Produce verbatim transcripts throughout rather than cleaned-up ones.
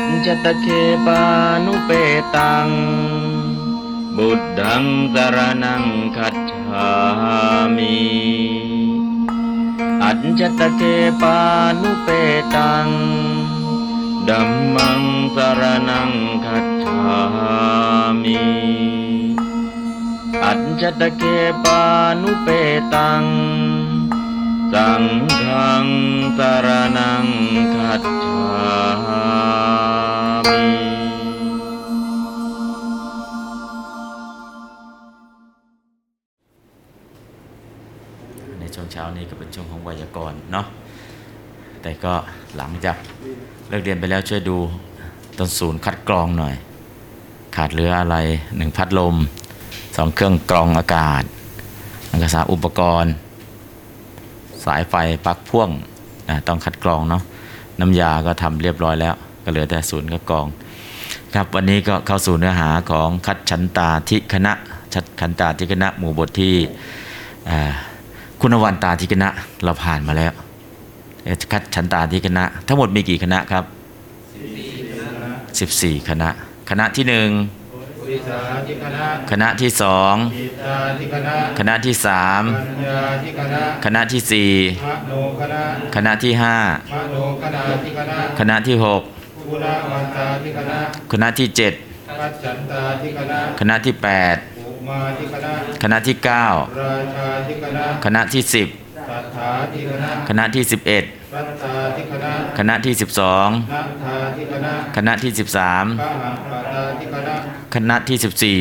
จตเคปานุเปตังบุตตังสรณังคัจฉามิอัจจตเคปานุเปตังธัมมังสรณังคัจฉามิอัจจตเคปานุเปตังสังฆังสรณังคัจฉามิในช่วงเช้านี้ก็เป็นช่วงของไวยากรณ์เนาะแต่ก็หลังจากเลิกเรียนไปแล้วช่วยดูต้นศูนย์คัดกรองหน่อยขาดเหลืออะไรหนึ่งพัดลมสองเครื่องกรองอากาศอักษาอุปกรณ์สายไฟปลั๊กพ่วงนะต้องคัดกรองเนาะน้ำยาก็ทำเรียบร้อยแล้วก็เหลือแต่ศูนย์คัดกรองครับวันนี้ก็เข้าสู่เนื้อหาของคัดฉันตาธิคณะชัดขันตาธิคณะหมู่บทที่คุณวันตาธิคณะเราผ่านมาแล้วคัดฉันตาธิคณะทั้งหมดมีกี่คณะครับสิบสี่คณะคณะที่หนึ่งคณะที่สองคณะที่สามคณะที่สี่คณะที่ห้าคณะที่หกคณะที่เจ็ดคณะที่แปดคณะที่เก้าคณะที่สิบคณะที่สิบเอ็ดคณะที่สิบสองคณะที่สิบสามคณะที่สิบสี่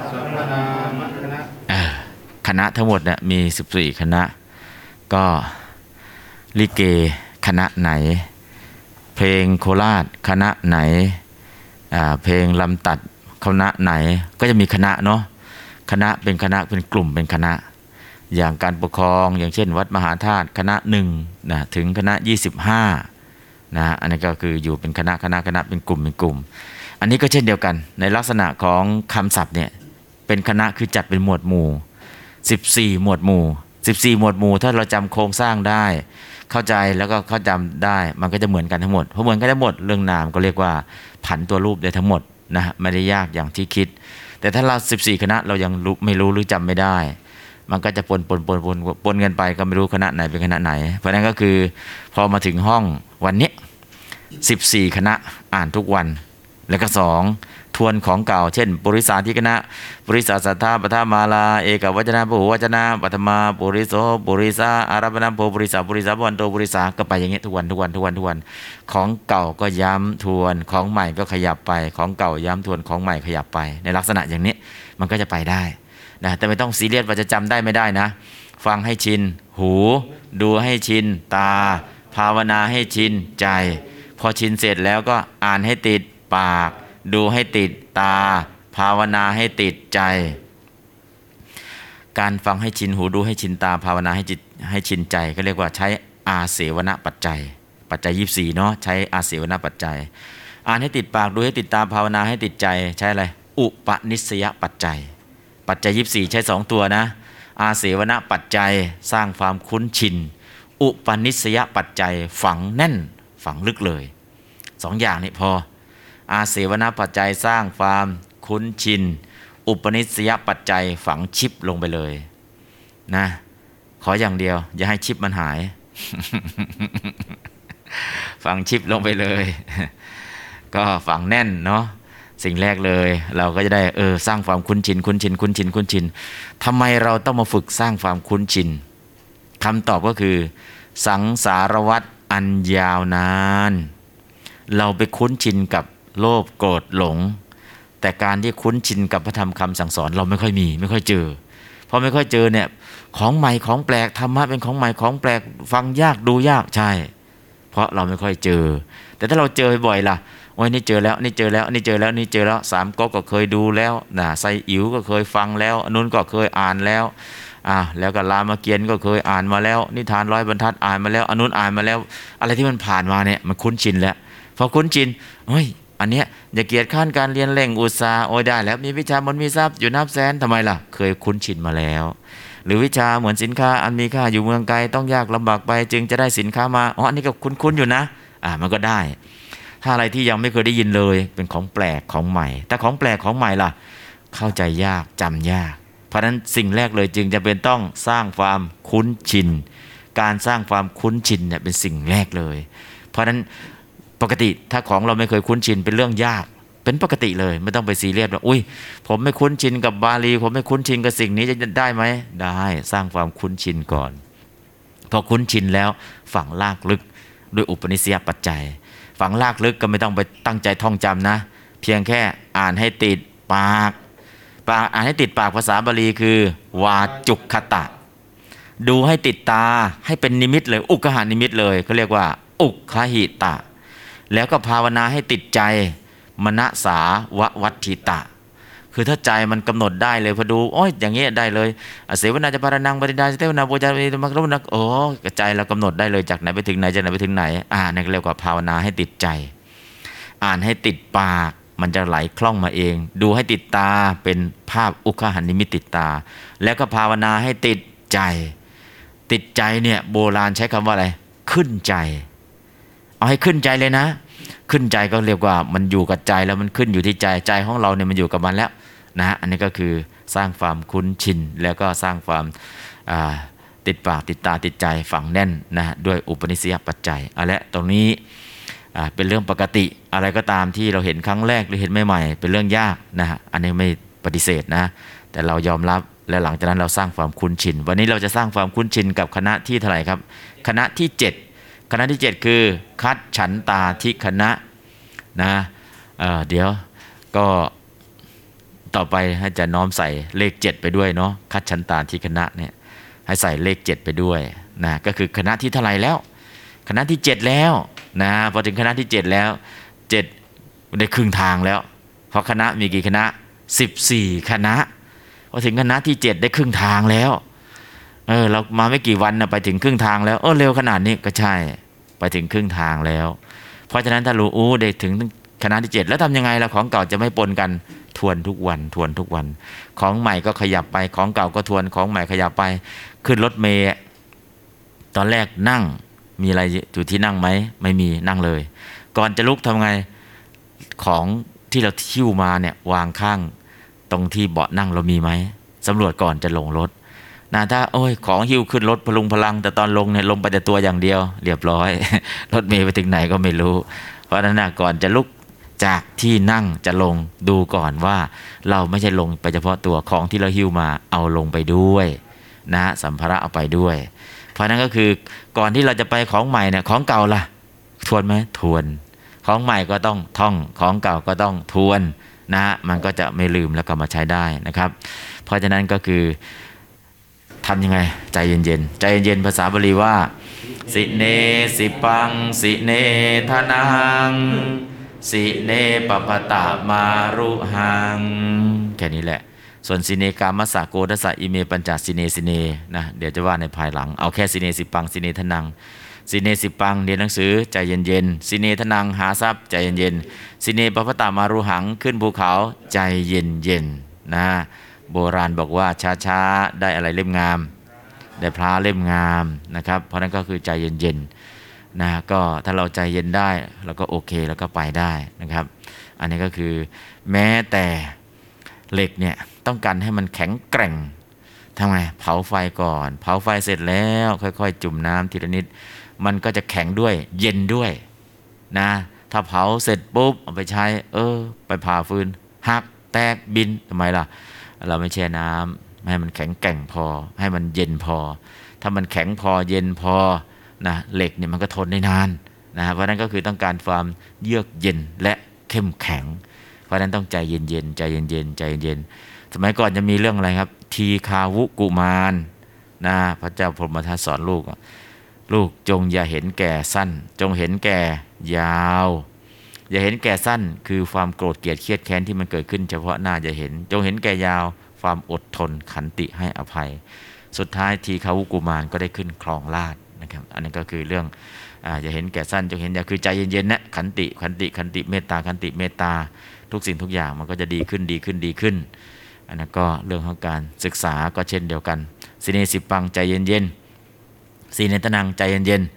คณะทั้งหมดเนี่ยมีสิบสี่คณะก็ลิเกคณะไหนเพลงโคราชคณะไหนเพลงลำตัดคณะไหนก็จะมีคณะเนาะคณะเป็นคณะเป็นกลุ่มเป็นคณะอย่างการปกครองอย่างเช่นวัดมหาธาตุคณะหนึ่งนะถึงคณะยี่สิบห้านะอันนี้ก็คืออยู่เป็นคณะคณะคณะเป็นกลุ่มเป็นกลุ่มอันนี้ก็เช่นเดียวกันในลักษณะของคำศัพท์เนี่ยเป็นคณะคือจัดเป็นหมวดหมู่สิบสี่หมวดหมู่สิบสี่หมวดหมู่ถ้าเราจำโครงสร้างได้เข้าใจแล้วก็เข้าจำได้มันก็จะเหมือนกันทั้งหมดเพราะเหมือนกันทั้งหมดเรื่องนามก็เรียกว่าผันตัวรูปได้ทั้งหมดนะไม่ได้ยากอย่างที่คิดแต่ถ้าเราสิบสี่คณะเรายังรู้ไม่รู้หรือจำไม่ได้มันก็จะปนปนปนปนปนกันไปก็ไม่รู้คณะไหนเป็นคณะไหนเพราะนั้นก็คือพอมาถึงห้องวันนี้สิบสี่คณะอ่านทุกวันแล้วก็สองทวนของเก่าเช่นปุริสาธิคณะปุริสาสัทธาปทามาลาเอกวัจนะปุหุวัจนะปัทมาปุริโสปุริสาอารัปนัมโพปุริสาปุริสาวันโตปุริสาก็ไปอย่างเงี้ยทุกวันทุกวันทุกวันทุกวันของเก่าก็ย้ำทวนของใหม่ก็ขยับไปของเก่าย้ำทวนของใหม่ขยับไปในลักษณะอย่างนี้มันก็จะไปได้นะแต่ไม่ต้องซีเรียสว่าจะจำได้ไม่ได้นะฟังให้ชินหูดูให้ชินตาภาวนาให้ชินใจพอชินเสร็จแล้วก็อ่านให้ติดปากดูให้ติดตาภาวนาให้ติดใจการฟังให้ชินหูดูให้ชินตาภาวนาให้จิตให้ชินใจก็เรียกว่าใช้อาเสวนปัจจัยปัจจัยยี่สิบสี่เนาะใช้อาเสวนปัจจัยอ่านให้ติดปากดูให้ติดตาภาวนาให้ติดใจใช้อะไรอุปนิสยปัจจัยปัจจัยยี่สิบสี่ใช้สองตัวนะอาเสวนปัจจัยสร้างความคุ้นชินอุปนิสยปัจจัยฝังแน่นฝังลึกเลยสองอย่างนี้พออาเสวนปัจจัยสร้างความคุ้นชินอุปนิสยปัจจัยฝังชิปลงไปเลยนะขออย่างเดียวอย่าให้ชิปมันหาย ฝังชิปลงไปเลยก็ฝังแน่นเนาะสิ่งแรกเลยเราก็จะได้เออสร้างความคุ้นชินคุ้นชินคุ้นชินคุ้นชินทำไมเราต้องมาฝึกสร้างความคุ้นชินคำตอบก็คือสังสารวัฏอันยาวนานเราไปคุ้นชินกับโลภโกรธหลงแต่การที่คุ้นชินกับพระธรรมคำสั่งสอนเราไม่ค่อยมีไม่ค่อยเจอพอไม่ค่อยเจอเนี่ยของใหม่ของแปลกธรรมะเป็นของใหม่ของแปลกฟังยากดูยากใช่เพราะเราไม่ค่อยเจอแต่ถ้าเราเจอบ่อยล่ะโอ้ยนี่เจอแล้วนี่เจอแล้วนี่เจอแล้วนี่เจอแล้วสามก๊กก็เคยดูแล้วนะไซอิ๋วก็เคยฟังแล้วอนุนก็เคยอ่านแล้วอ่าแล้วก็รามเกียรติ์ก็เคยอ่านมาแล้วนิทานร้อยบรรทัดอ่านมาแล้วอนุนอ่านมาแล้วอะไรที่มันผ่านมาเนี่ยมันคุ้นชินแล้วพอคุ้นชินเฮ้ยอันเนี้ยอย่าเกียจข้านการเรียนเร่งอุตสาห์โอ้ยได้แล้วมีวิชามนมีทรัพย์อยู่นับแสนทำไมล่ะเคยคุ้นชินมาแล้วหรือวิชาเหมือนสินค้าอันมีค่าอยู่เมืองไกลต้องยากลำบากไปจึงจะได้สินค้ามาอ๋ออันนี้ก็คุ้นๆอยู่นะอ่ามันก็ได้ถ้าอะไรที่ยังไม่เคยได้ยินเลยเป็นของแปลกของใหม่แต่ของแปลกของใหม่ล่ะเข้าใจยากจำยากเพราะฉะนั้นสิ่งแรกเลยจึงจะเป็นต้องสร้างความคุ้นชินการสร้างความคุ้นชินเนี่ยเป็นสิ่งแรกเลยเพราะฉะนั้นปกติถ้าของเราไม่เคยคุ้นชินเป็นเรื่องยากเป็นปกติเลยไม่ต้องไปซีเรียสว่าอุ้ยผมไม่คุ้นชินกับบาลีผมไม่คุ้นชินกับสิ่งนี้จะได้ไหมได้สร้างความคุ้นชินก่อนพอคุ้นชินแล้วฝังลากลึกด้วยอุปนิสัยปัจจัยฝังลากลึกก็ไม่ต้องไปตั้งใจท่องจำนะเพียงแค่อ่านให้ติดปากปากอ่านให้ติดปากภาษาบาลีคือวาจุกขตะดูให้ติดตาให้เป็นนิมิตเลยอุกขหานิมิตเลยเขาเรียกว่าอุกขหิตะแล้วก็ภาวนาให้ติดใจมณสาววัตถิตะคือถ้าใจมันกำหนดได้เลยพอดูโอ้ยอย่างเงี้ยได้เลยเสวนาจะปารานังปฏิดาเสวนาโบจาริมักรุนักโอ้ใจเรากำหนดได้เลยจากไหนไปถึงไหนจากไหนไปถึงไหนอ่านี่เรียกว่าภาวนาให้ติดใจอ่านให้ติดปากมันจะไหลคล่องมาเองดูให้ติดตาเป็นภาพอุคหานิมิตติดตาแล้วก็ภาวนาให้ติดใจติดใจเนี่ยโบราณใช้คำว่าอะไรขึ้นใจเอาให้ขึ้นใจเลยนะขึ้นใจก็เรียกว่ามันอยู่กับใจแล้วมันขึ้นอยู่ที่ใจใจของเราเนี่ยมันอยู่กับมันแล้วนะอันนี้ก็คือสร้างความคุ้นชินแล้วก็สร้างความติดปากติดตาติดใจฝังแน่นนะด้วยอุปนิสัยปัจจัยเอาละตรงนี้เป็นเรื่องปกติอะไรก็ตามที่เราเห็นครั้งแรกหรือเห็นใหม่ๆเป็นเรื่องยากนะฮะอันนี้ไม่ปฏิเสธนะแต่เรายอมรับและหลังจากนั้นเราสร้างความคุ้นชินวันนี้เราจะสร้างความคุ้นชินกับคณะที่เท่าไหร่ครับคณะที่เจ็ดคณะที่เจ็ดคือคัดฉันตาทิคณะนะเ, เดี๋ยวก็ต่อไปให้จะน้อมใส่เลขเจ็ดไปด้วยเนาะคัดฉันตาทิคณะเนี่ยให้ใส่เลขเจ็ดไปด้วยนะก็คือคณะที่เท่าไหร่แล้วคณะที่เจ็ดแล้วนะพอถึงคณะที่เจ็ดแล้วเจ็ดได้ครึ่งทางแล้วเพราะคณะมีกี่คณะสิบสี่คณะพอถึงคณะที่เจ็ดได้ครึ่งทางแล้วเออเรามาไม่กี่วันนะไปถึงครึ่งทางแล้วเออเร็วขนาดนี้ก็ใช่ไปถึงครึ่งทางแล้วเพราะฉะนั้นถ้ารู้อู้ได้ถึงคณะที่เจ็ดแล้วทำยังไงล่ะของเก่าจะไม่ปนกันทวนทุกวันทวนทุกวันของใหม่ก็ขยับไปของเก่าก็ทวนของใหม่ขยับไปขึ้นรถเมล์ตอนแรกนั่งมีอะไรอยู่ที่นั่งไหมไม่มีนั่งเลยก่อนจะลุกทำไงของที่เราหิ้วมาเนี่ยวางข้างตรงที่เบาะนั่งเรามีไหมสำรวจก่อนจะลงรถนะถ้าโอ้ยของหิ้วขึ้นรถพลุงพลังแต่ตอนลงเนี่ยลงไปแต่ตัวอย่างเดียวเรียบร้อยรถเมล์ไปถึงไหนก็ไม่รู้เพราะฉะนั้นนะก่อนจะลุกจากที่นั่งจะลงดูก่อนว่าเราไม่ใช่ลงไปเฉพาะตัวของที่เราหิ้วมาเอาลงไปด้วยนะสัมภาระเอาไปด้วยเพราะนั้นก็คือก่อนที่เราจะไปของใหม่เนี่ยของเก่าล่ะทวนไหมทวนของใหม่ก็ต้องท่องของเก่าก็ต้องทวนนะมันก็จะไม่ลืมแล้วก็มาใช้ได้นะครับเพราะฉะนั้นก็คือทำยังไงใจเย็นๆใจเย็นๆภาษาบาลีว่าสิเนสิปังสิเนทนังสิเนปปตามารุหังแค่นี้แหละส่วนสิเนกามัสสะโกทัสสะอิเมปัญจสิเนสิเนนะเดี๋ยวจะว่าในภายหลังเอาแค่สิเนสิปังสิเนทนังสิเนสิปังเรียนหนังสือใจเย็นๆสิเนทนังหาทรัพย์ใจเย็นๆสิเนปปตามารุหังขึ้นภูเขาใจเย็นๆนะโบราณบอกว่าช้าๆได้อะไรเล่มงามได้พระเล่มงามนะครับเพราะนั้นก็คือใจเย็นๆนะก็ถ้าเราใจเย็นได้เราก็โอเคแล้วก็ไปได้นะครับอันนี้ก็คือแม้แต่เหล็กเนี่ยต้องการให้มันแข็งแกร่งทำไงเผาไฟก่อนเผาไฟเสร็จแล้วค่อยๆจุ่มน้ำทีละนิดมันก็จะแข็งด้วยเย็นด้วยนะถ้าเผาเสร็จปุ๊บเอาไปใช้เออไปผ่าฟืนหักแตกบินทำไมล่ะเราไม่แช่น้ำให้มันแข็งแกร่งพอให้มันเย็นพอถ้ามันแข็งพอเย็นพอนะเหล็กเนี่ยมันก็ทนได้นานนะเพราะนั้นก็คือต้องการความเยือกเย็นและเข้มแข็งเพราะนั้นต้องใจเย็นๆใจเย็นๆใจเย็นสมัยก่อนจะมีเรื่องอะไรครับทีคาวุกุมารนะพระเจ้าพรหมทัตสอนลูกลูกจงอย่าเห็นแก่สั้นจงเห็นแก่ยาวอย่าเห็นแก่สั้นคือความโกรธเกลียดเครียดแค้นที่มันเกิดขึ้นเฉพาะหน้าอย่าเห็นจงเห็นแก่ยาวความอดทนขันติให้อภัยสุดท้ายทีคาวุกุมารก็ได้ขึ้นครองราชย์นะครับอันนี้ก็คือเรื่องอ่าอย่าเห็นแก่สั้นจงเห็นยาวคือใจเย็นๆนะขันติขันติขันติเมตตาขันติเมตตาทุกสิ่งทุกอย่างมันก็จะดีขึ้นดีขึ้นดีขึ้นอันนั้นก็เรื่องของการศึกษาก็เช่นเดียวกันสิเนสิปังใจเย็นๆสีเนตนังใจเย็นๆ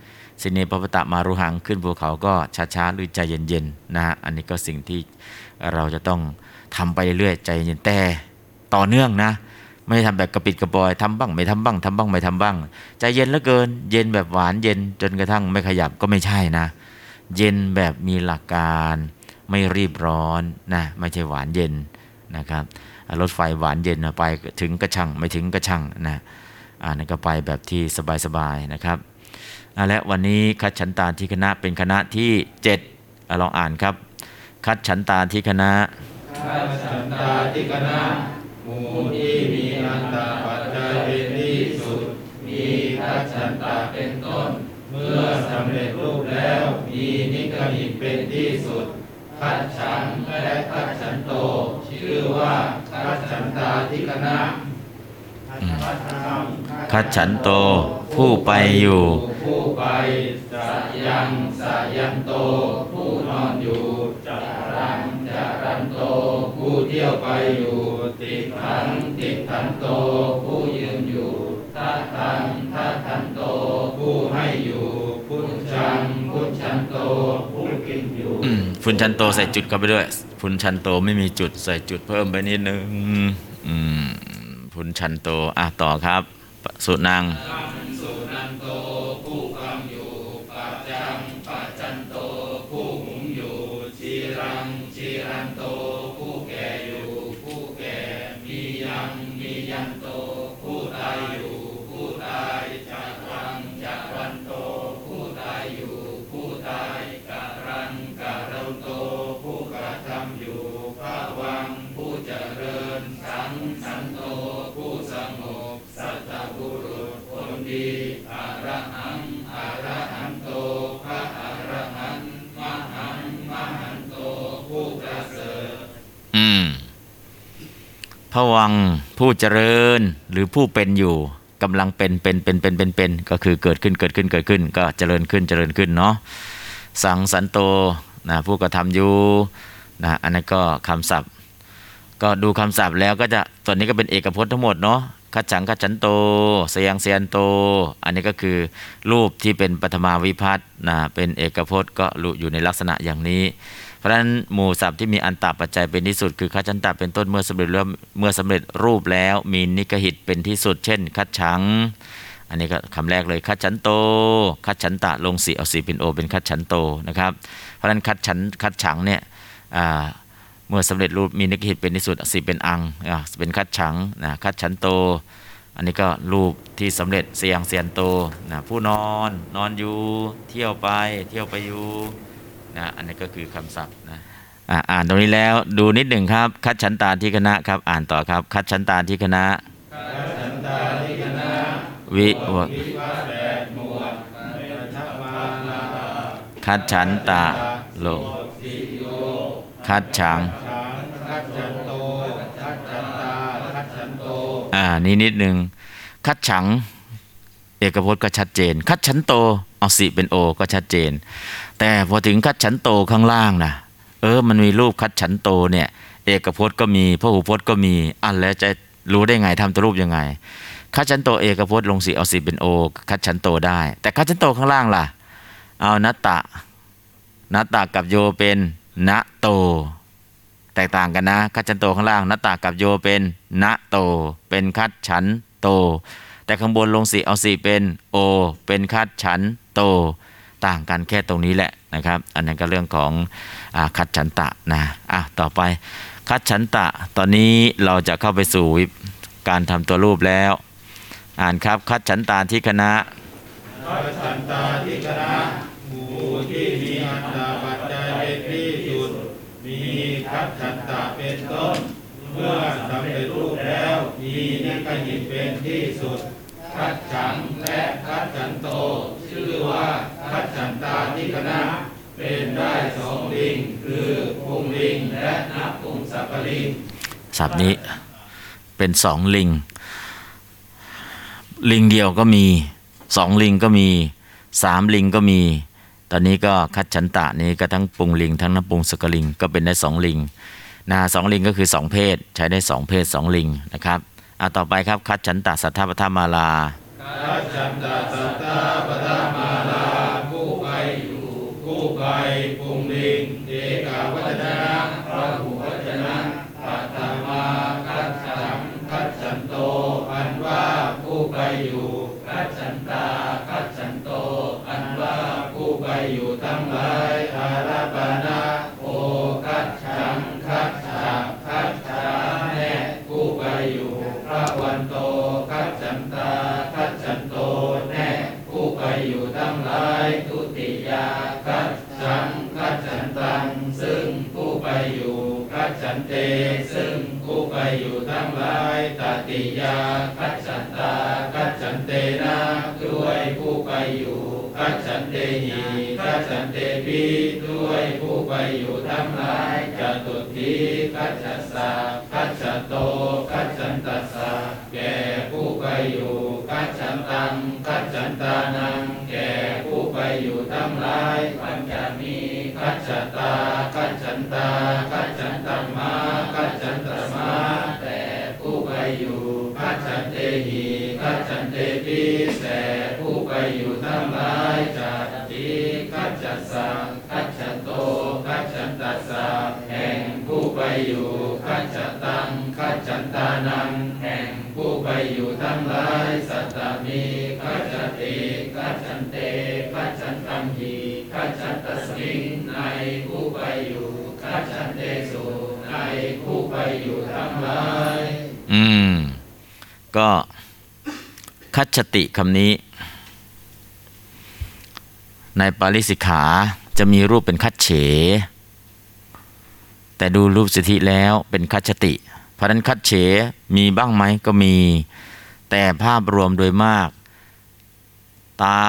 สิเนปปตะมารุหังขึ้นภูเขาก็ช้าๆหรือใจเย็นๆนะฮะอันนี้ก็สิ่งที่เราจะต้องทำไปเรื่อยๆใจเย็นแต่ต่อเนื่องนะไม่ทำแบบกระปิดกระปอยทำบ้างไม่ทำบ้างทำบ้างไม่ทำบ้างใจเย็นเหลือเกินเย็นแบบหวานเย็นจนกระทั่งไม่ขยับก็ไม่ใช่นะเย็นแบบมีหลักการไม่รีบร้อนนะไม่ใช่หวานเย็นนะครับรถไฟหวานเย็นไปถึงกระชังไม่ถึงกระชังนะอ่านั่นก็ไปแบบที่สบายๆนะครับและวันนี้คัดฉันตาที่คณะเป็นคณะที่เจ็ดลองอ่านครับคัดฉันตาที่คณะคัดฉันตาที่คณะหมู่ที่มีอันตาปัจจัยเป็นที่สุดมีคัดฉันตาเป็นต้นเมื่อสำเร็จรูปแล้วมีนิกหิตเป็นที่สุดคัดฉันและคัดฉันโตชื่อว่าคัดฉันตาที่คณะคัดฉันโตผู้ไปอยู่ผู้ไปสายังสายันโตผู้นอนอยู่จารังจารันโตผู้เที่ยวไปอยู่ติขันติขันโตผู้ยืนอยู่ทัตทันทัตทันโตผู้ให้อยู่พุทธังพุทธันโตผู้กินอยู่พุทธันโตใส่จุดเข้าไปด้วยพุทธันโตไม่มีจุดใส่จุดเพิ่มไปนิดนึงอืมพุทธันโตอ่ะต่อครับสุนังสุนันโตผู้กำอยู่ปัจจังปัจจันโตผู้หุงอยู่ชีรังชีรันโตผู้แก่อยู่ผู้แก่มียังมียันโตผู้ตายอยู่ผู้ตายจักรังจักรันโตผู้ตายอยู่ผู้ตายกะรังกะรันโตผู้กระทำอยู่ภะวังผู้เจริญสังสันโตผู้สงบสัตตบุรุษคนดีอรหังอรหันโตพระอรหันต์มหังมหันโตผู้ประเสริฐอืมภวังค์ผู้เจริญหรือผู้เป็นอยู่กำลังเป็นเป็นเป็นเป็นเป็นเป็นก็คือเกิดขึ้นเกิดขึ้นเกิดขึ้นก็เจริญขึ้นเจริญขึ้นเนาะสังสันโตนะผู้กระทำอยู่นะอันนั้นก็คำศัพท์ก็ดูคำศัพท์แล้วก็จะส่วนนี้ก็เป็นเอกพจน์ทั้งหมดเนาะคัจฉังคัจฉันโตเสียงเสียนโตอันนี้ก็คือรูปที่เป็นปฐมาวิภัตตินะเป็นเอกพจน์ก็อยู่ในลักษณะอย่างนี้เพราะฉะนั้นหมู่ศัพท์ที่มีอันตปัจจัยเป็นที่สุดคือคัจฉันตะเป็นต้นเมื่อสำเร็จแล้วเมื่อสำเร็จรูปแล้วมีนิกหิตเป็นที่สุดเช่นคัจฉังอันนี้ก็คำแรกเลยคัจฉันโตคัจฉันตะลงสีเอาสีเป็นโอเป็นคัจฉันโตนะครับเพราะฉะนั้นคัจฉันคัจฉังเนี่ยเมื่อสำเร็จรูปมีนิกหิตเป็นที่สุดสีเป็นอังเป็นคัจฉังนะคัจฉันโตอันนี้ก็รูปที่สำเร็จเสียงเสียนโตนะผู้นอนนอนอยู่เที่ยวไปเที่ยวไปอยู่นะอันนี้ก็คือคำศัพท์นะอ่าอ่านตรงนี้แล้วดูนิดหนึ่งครับคัจฉันตาที่คณะครับอ่านต่อครับคัจฉันตาที่คณะคัจฉันตาที่คณะวิวะคัจฉันตาโลคัจฉังคัจฉันโตคัจฉันตาคัจฉันโตอ่านี่นิดหนึ่งคัจฉังเอกพจน์ก็ชัดเจนคัจฉันโตเอาสิเป็นโอก็ชัดเจนแต่พอถึงคัจฉันโตข้างล่างนะเออมันมีรูปคัจฉันโตเนี่ยเอกพจน์ก็มีพหูพจน์ก็มีอันแล้วจะรู้ได้ไงทำตัวรูปยังไงคัจฉันโตเอกพจน์ลงสิเอาสิเป็นโอคัจฉันโตได้แต่คัจฉันโตข้างล่างล่ะเอานัตตะนัตตะกับโยเป็นณโตแตกต่างกันนะคัจฉันโตข้างล่างนัตตะกับโยเป็นณโตเป็นคัจฉันโตแต่ข้างบนลงสีเอาสีเป็นโอเป็นคัจฉันโตต่างกันแค่ตรงนี้แหละนะครับอันนั้นก็เรื่องของอ่าคัจฉันตะนะอ่ะต่อไปคัจฉันตะตอนนี้เราจะเข้าไปสู่การทำตัวรูปแล้วอ่านครับคัจฉันตาที่คณะคัจฉันตาที่คณะหมู่ที่มีอันตปัจจัยเป็นที่สุดมีคัจฉันตะเป็นต้นเมื่อสำเร็จรูปแล้วมีนิกหิตเป็นที่สุดคัจฉังและคัจฉันโตชื่อว่าคัจฉันตาที่คณะเป็นได้สองลิงคือพุงลิงและนับพุงสัพลิงศัพท์นี้เป็นสองลิงลิงเดียวก็มีสองลิงก็มีสามลิงก็มีตอนนี้ก็คัจฉันตะนี้ก็ทั้งปุงลิงทั้งนับปุงสักลิงก็เป็นได้สองลิงนะสองลิงก็คือสองเพศใช้ได้สองเพศสองลิงนะครับอ่ะต่อไปครับคัจฉันตะสัทธปทามาลาคัจฉันตะสัทธปทามาลาผู้งเอกาวัจนะพระหูวจนะปัตตมาคัจฉังคัจฉันโตอันว่าผู้ไปอยู่คัจฉันตาคัจฉันโตอันว่าผู้ไปอยู่ทั้งหลายอาราปนาโอคัจฉังคัจฉาคัจฉาแน่ผู้ไปอยู่พระวันโตคัจฉันตาคัจฉันโตแน่ผู้ไปอยู่ทั้งหลายทุติยาคัจฉังคัจฉันตังซึ่งผู้ไปอยู่คัจฉันเตซึ่งผู้ไปอยู่ทั้งหลายตติยาคัจฉันตาคัจฉันเตนะด้วยผู้ไปอยู่คัจฉันเตหิคัจฉันเตปิด้วยผู้ไปอยู่ทั้งหลายจตุทีคัจฉัสสะคัจฉโตคัจฉันตัสสะแก่ผู้ไปอยู่คัจฉันตังคัจฉันตานังแก่ผู้ไปอยู่ทั้งหลายปัญจมีคัจฉตาคัจฉันตาคัจฉันตัมมาคัจฉันตัสมาแต่ผู้ไปอยู่คัจฉันเตหิคัจฉันเตปิแต่ผู้ไปอยู่ทั้งหลายจัตติคัจฉัสสะคัจฉโตคัจฉันตัสสะแห่งผู้ไปอยู่คัจฉตังคัจฉันตานังแห่งผู้ไปอยู่ทั้งหลายสัตตมีคัจฉติคัจฉันเตคัจฉันตัมหิคัจฉันตัสมิงในผู้ไปอยู่คัจฉันเตสุในผู้ไปอยู่ทั้งหลายอืมก็คัจฉติคำนี้ในปาริสิกขาจะมีรูปเป็นคัจเฉแต่ดูรูปสิทธิแล้วเป็นคัจฉติเพราะนั้นคัจเฉมีบ้างไหมก็มีแต่ภาพรวมโดยมากตา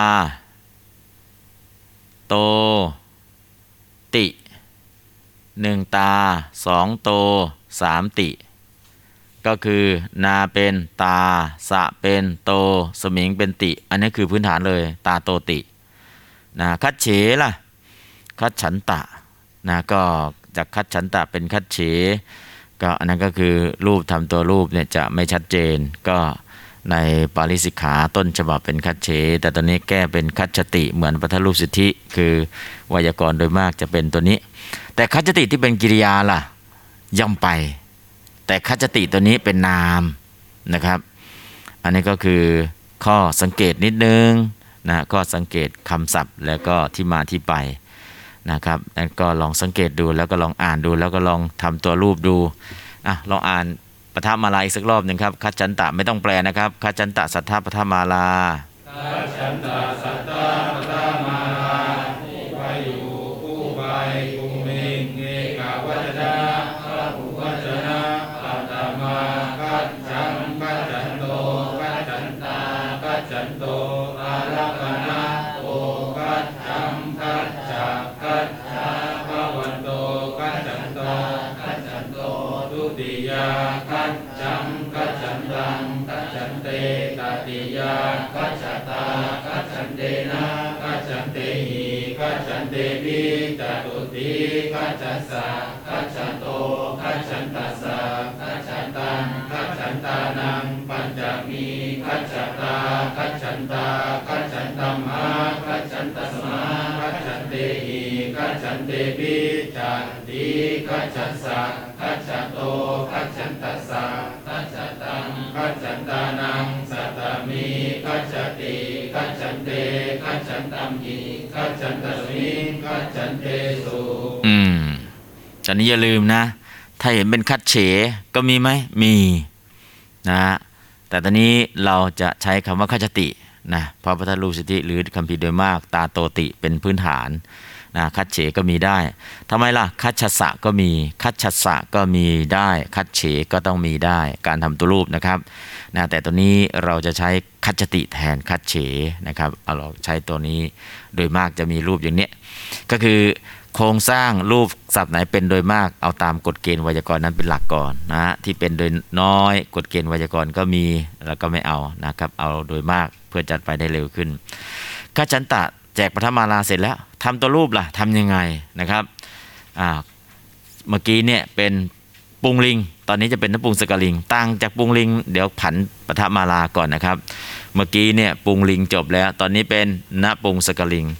โตติหนึ่งตาสองโตสามติก็คือนาเป็นตาสะเป็นโตสมิงเป็นติอันนี้คือพื้นฐานเลยตาโตตินะคัจเฉล่ะคัจฉันตะนะก็จากคัจฉันตะเป็นคัจเฉก็อันนั้นก็คือรูปทำตัวรูปเนี่ยจะไม่ชัดเจนก็ในปาริสิกขาต้นฉบับเป็นคัจเฉแต่ตอนนี้แก้เป็นคัจฉติเหมือนปฐรูปสิทธิคือไวยากรณ์โดยมากจะเป็นตัวนี้แต่คัจฉติที่เป็นกิริยาล่ะย่อมไปแต่คัจฉติตัวนี้เป็นนามนะครับอันนี้ก็คือข้อสังเกตนิดนึงนะข้อสังเกตคำศัพท์แล้วก็ที่มาที่ไปนะครับแล้วก็ลองสังเกตดูแล้วก็ลองอ่านดูแล้วก็ลองทำตัวรูปดูอ่ะลองอ่านปฐมาลาอีกสักรอบหนึ่งครับคัจฉันตะไม่ต้องแปลนะครับคัจฉันตะสัทธาปฐมาลาคัจฉันตะสัทธาปฐมาลาผู้ไปอยู่ผู้ไปภูมิงเอกาวัจนะพระหูวจนะปัตตมาคัจฉังคัจฉันโตคัจฉันตาคัจฉันโตอารัปนะโอคัจฉังคัจฉาคัจฉาภวันโตคัจฉันตาคัจฉันโตทุติยาคัจฉังคัจฉันตังคัจฉันเตตติยาคัจฉตาคัจฉันเตนะคัจฉันเตหิคัจฉันเตปิจตุติคัจฉัสสะคัจฉันโตคัจฉันตัสสะคัจฉันตังคัจฉันตานังปัญจมีคัจฉตาคัจฉันตาคัจฉันตัมมาคัจฉันตัสมาคัจฉันเตหิคัจฉันเตปิจัตติคัจฉัสสะคัจฉโตคัจฉันตัสสะคัจฉตังคัจฉันตานังสัตตมีคัจฉติคัจฉันเตคัจฉันตัมหิคัจฉันตัสมิงคัจฉันเตสุอืมตอนนี้อย่าลืมนะถ้าเห็นเป็นคัจเฉก็มีไหมมีนะแต่ตอนนี้เราจะใช้คำว่าคัจฉตินะเพราะพระทัตรูปสิทธิหรือคัมภีร์โดยมากตาโตติเป็นพื้นฐานนะคัจเฉก็มีได้ทำไมล่ะคัจฉสะก็มีคัจฉสะก็มีได้คัจเฉก็ต้องมีได้การทำตัวรูปนะครับนะแต่ตัวนี้เราจะใช้คัจฉติแทนคัจเฉนะครับเอาเราใช้ตัวนี้โดยมากจะมีรูปอย่างนี้ก็คือโครงสร้างรูปศัพท์ไหนเป็นโดยมากเอาตามกฎเกณฑ์ไวยากรณ์นั้นเป็นหลักก่อนนะที่เป็นโดยน้อยกฎเกณฑ์ไวยากรณ์ก็มีแล้วก็ไม่เอานะครับเอาโดยมากเพื่อจัดไปได้เร็วขึ้นคัจฉันตะแจกปฐมาลาเสร็จแล้วทำตัวรูปล่ะทำยังไงนะครับอ่าเมื่อกี้เนี่ยเป็นปุงลิงตอนนี้จะเป็นนปุงสกลิงต่างจากปุงลิงเดี๋ยวผันปฐมาลาก่อนนะครับเมื่อกี้เนี่ยปุงลิงจบแล้วตอนนี้เป็นนปุงสกลิง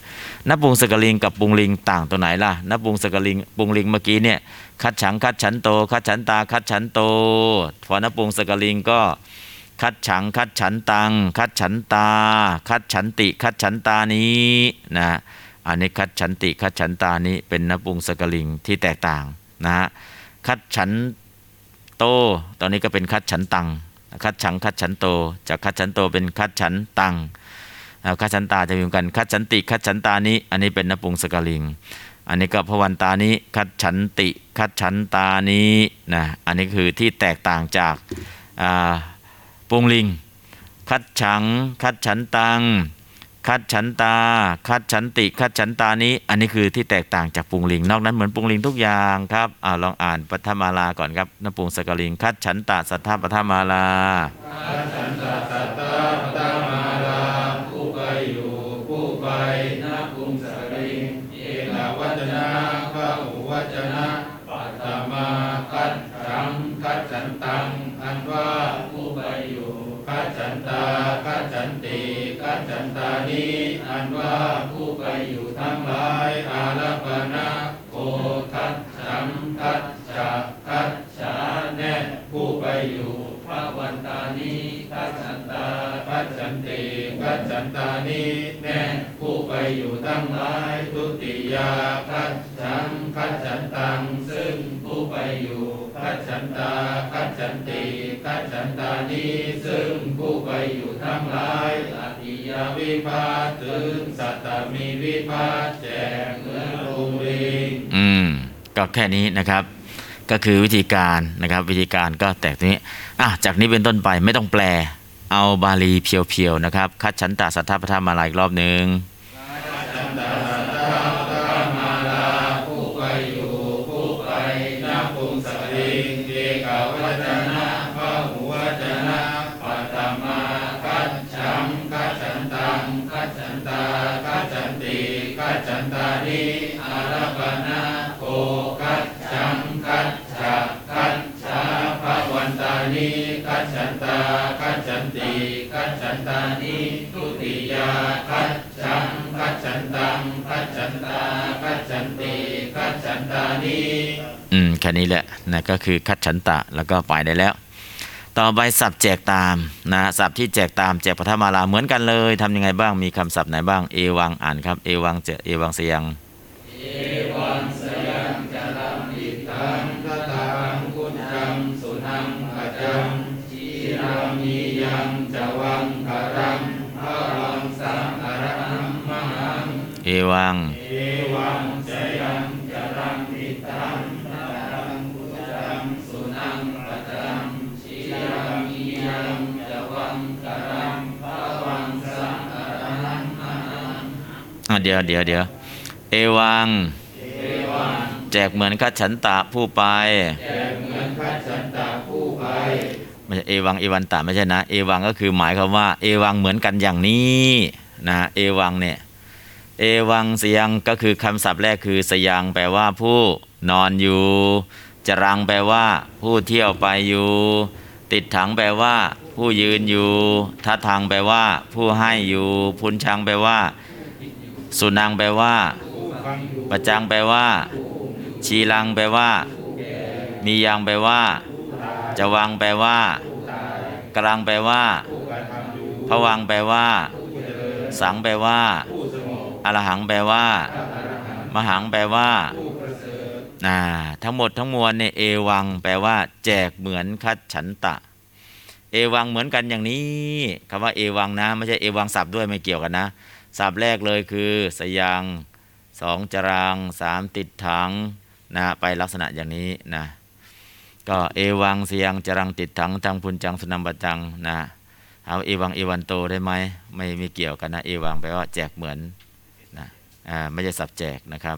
นปุงสกลิงกับปุงลิงต่างตัวไหนล่ะนปุงสกลิงปุงลิงเมื่อกี้เนี่ยคัดฉังคัดฉันโตคัดฉันตาคัดฉันโตพอนปุงสกลิงก็คัดฉังคัดฉันตังคัดฉันตาคัดฉันติคัดฉันตานี้นะอันนี้คัดฉันติคัดฉันตานี้เป็นนปุงสกลิงที่แตกต่างนะฮะคัดฉันโตตอนนี้ก็เป็นคัดฉันตังคัดฉังคัดฉันโตจากคัดฉันโตเป็นคัดฉันตังคัดฉันตาจะมีกันคัดฉันติคัดฉันตานี้อันนี้เป็นนปุงสกลิงอันนี้ก็พวันตานี้คัดฉันติคัดฉันตานี้นะอันนี้คือที่แตกต่างจากปุงลิงคัดฉังคัดฉันตังคัดฉันตาคัดฉันติคัดฉันตานี้อันนี้คือที่แตกต่างจากปุงลิงนอกนั้นเหมือนปุงลิงทุกอย่างครับอ่าลองอ่านปัทมาลาก่อนครับนปุงสกลิงคัดฉันตะสัทธปัทมาลาคัดฉันตะสัทธปัทมาลาผู้ไปอยู่ผู้ไปนปุงสกลิงเอกวัจนะพหุวัจนะปัตตมาคัดฉังคัดฉันตังอันว่าผู้ไปอยู่คัดฉันตาคัดฉันติคัดฉันตานี้อันว่าผู้ไปอยู่ทั้งหลายอาลปนะโกคัดฉังคัดฉะคัดฉาแน่ผู้ไปอยู่พระวันตานี้คัดฉันตาคัดฉันติคัดฉันตานี้แน่ผู้ไปอยู่ทั้งหลายทุติยาคัดฉังคัดฉันตังซึ่งผู้ไปอยู่คัดฉันตาคัดฉันติคัดฉันตานี้ซึ่งผู้ไปอยู่ทั้งหลายอติยาวิภัตถึงสัตตมีวิภัตแจกเหมือนปุงลิงอืมก็แค่นี้นะครับก็คือวิธีการนะครับวิธีการก็แตกตรงนี้อ่ะจากนี้เป็นต้นไปไม่ต้องแปลเอาบาลีเพียวๆนะครับคัดฉันตะสัทธปัทมาลาอีกรอบหนึ่งคัดฉันตะสัทธปัทมาลาผู้ไปอยู่ผู้ไปนปุงสกลิงเอกวัจนะพหุวัจนะปัตตมาคัดฉังคัดฉันตังคัดฉันตาคัดฉันติคัดฉันตานิอาลปนะโกคัดฉังคัดฉะคัดฉาพระวันตานิคัดฉันตาคัดฉันติคัดฉันตานิทุติยาคัดฉังคัดฉันตังคัดฉันตาคัดฉันติคัดฉันตานิอืมแค่นี้แหละนะก็คือคัดฉันตะแล้วก็ไปได้แล้วต่อไปศัพท์แจกตามนะศัพท์ที่แจกตามแจกปัทมาลาเหมือนกันเลยทำยังไงบ้างมีคำศัพท์ไหนบ้างเอวังอ่านครับเอวังเจเอวังเสียงเอวังสยังจารังอิทังทตังพุทธังสุนังกัจจังชีรามียังจวังคารังภวังสังอรหังมหังเอวังเอวังสยังจารังอิทังทตังพุทธังสุนังกัจจังชีรามียังจวังคารังภวังสังอรหังมหังอ่ะเดี๋ยวเดี๋ยวเดี๋ยวเอวังแจกเหมือนคัดฉันตะผู้ไปแจกเหมือนคัดฉันตะผู้ไปไม่ใช่เอวังเอวันตะไม่ใช่นะเอวังก็คือหมายความว่าเอวังเหมือนกันอย่างนี้นะเอวังเนี่ยเอวังสยังก็คือคำศัพท์แรกคือสยังแปลว่าผู้นอนอยู่จรังแปลว่าผู้เที่ยวไปอยู่ติดถังแปลว่าผู้ยืนอยู่ทัทางแปลว่าผู้ให้อยู่พุนชังแปลว่าสุนังแปลว่าประจังแปลว่าชีรังแปลว่ามียังแปลว่าจะวังแปลว่ากลางแปลว่าพวังแปลว่าสังแปลว่าอรหังแปลว่ามหังแปลว่าอ่าทั้งหมดทั้งมวลเนี่ยเอวังแปลว่าแจกเหมือนคัดฉันตะเอวังเหมือนกันอย่างนี้คำว่าเอวังนะไม่ใช่เอวังศัพท์ด้วยไม่เกี่ยวกันนะศัพท์แรกเลยคือสยังสองจรังสามติดถังนะไปลักษณะอย่างนี้นะก็เอวังสยังจรังติดถังทางพุนจังสุนัมปจังนะเอาเอวังเอวันโตได้ไหมไม่มีเกี่ยวกันนะเอวังแปลว่าแจกเหมือนนะอ่าไม่ใช่ศัพท์แจกนะครับ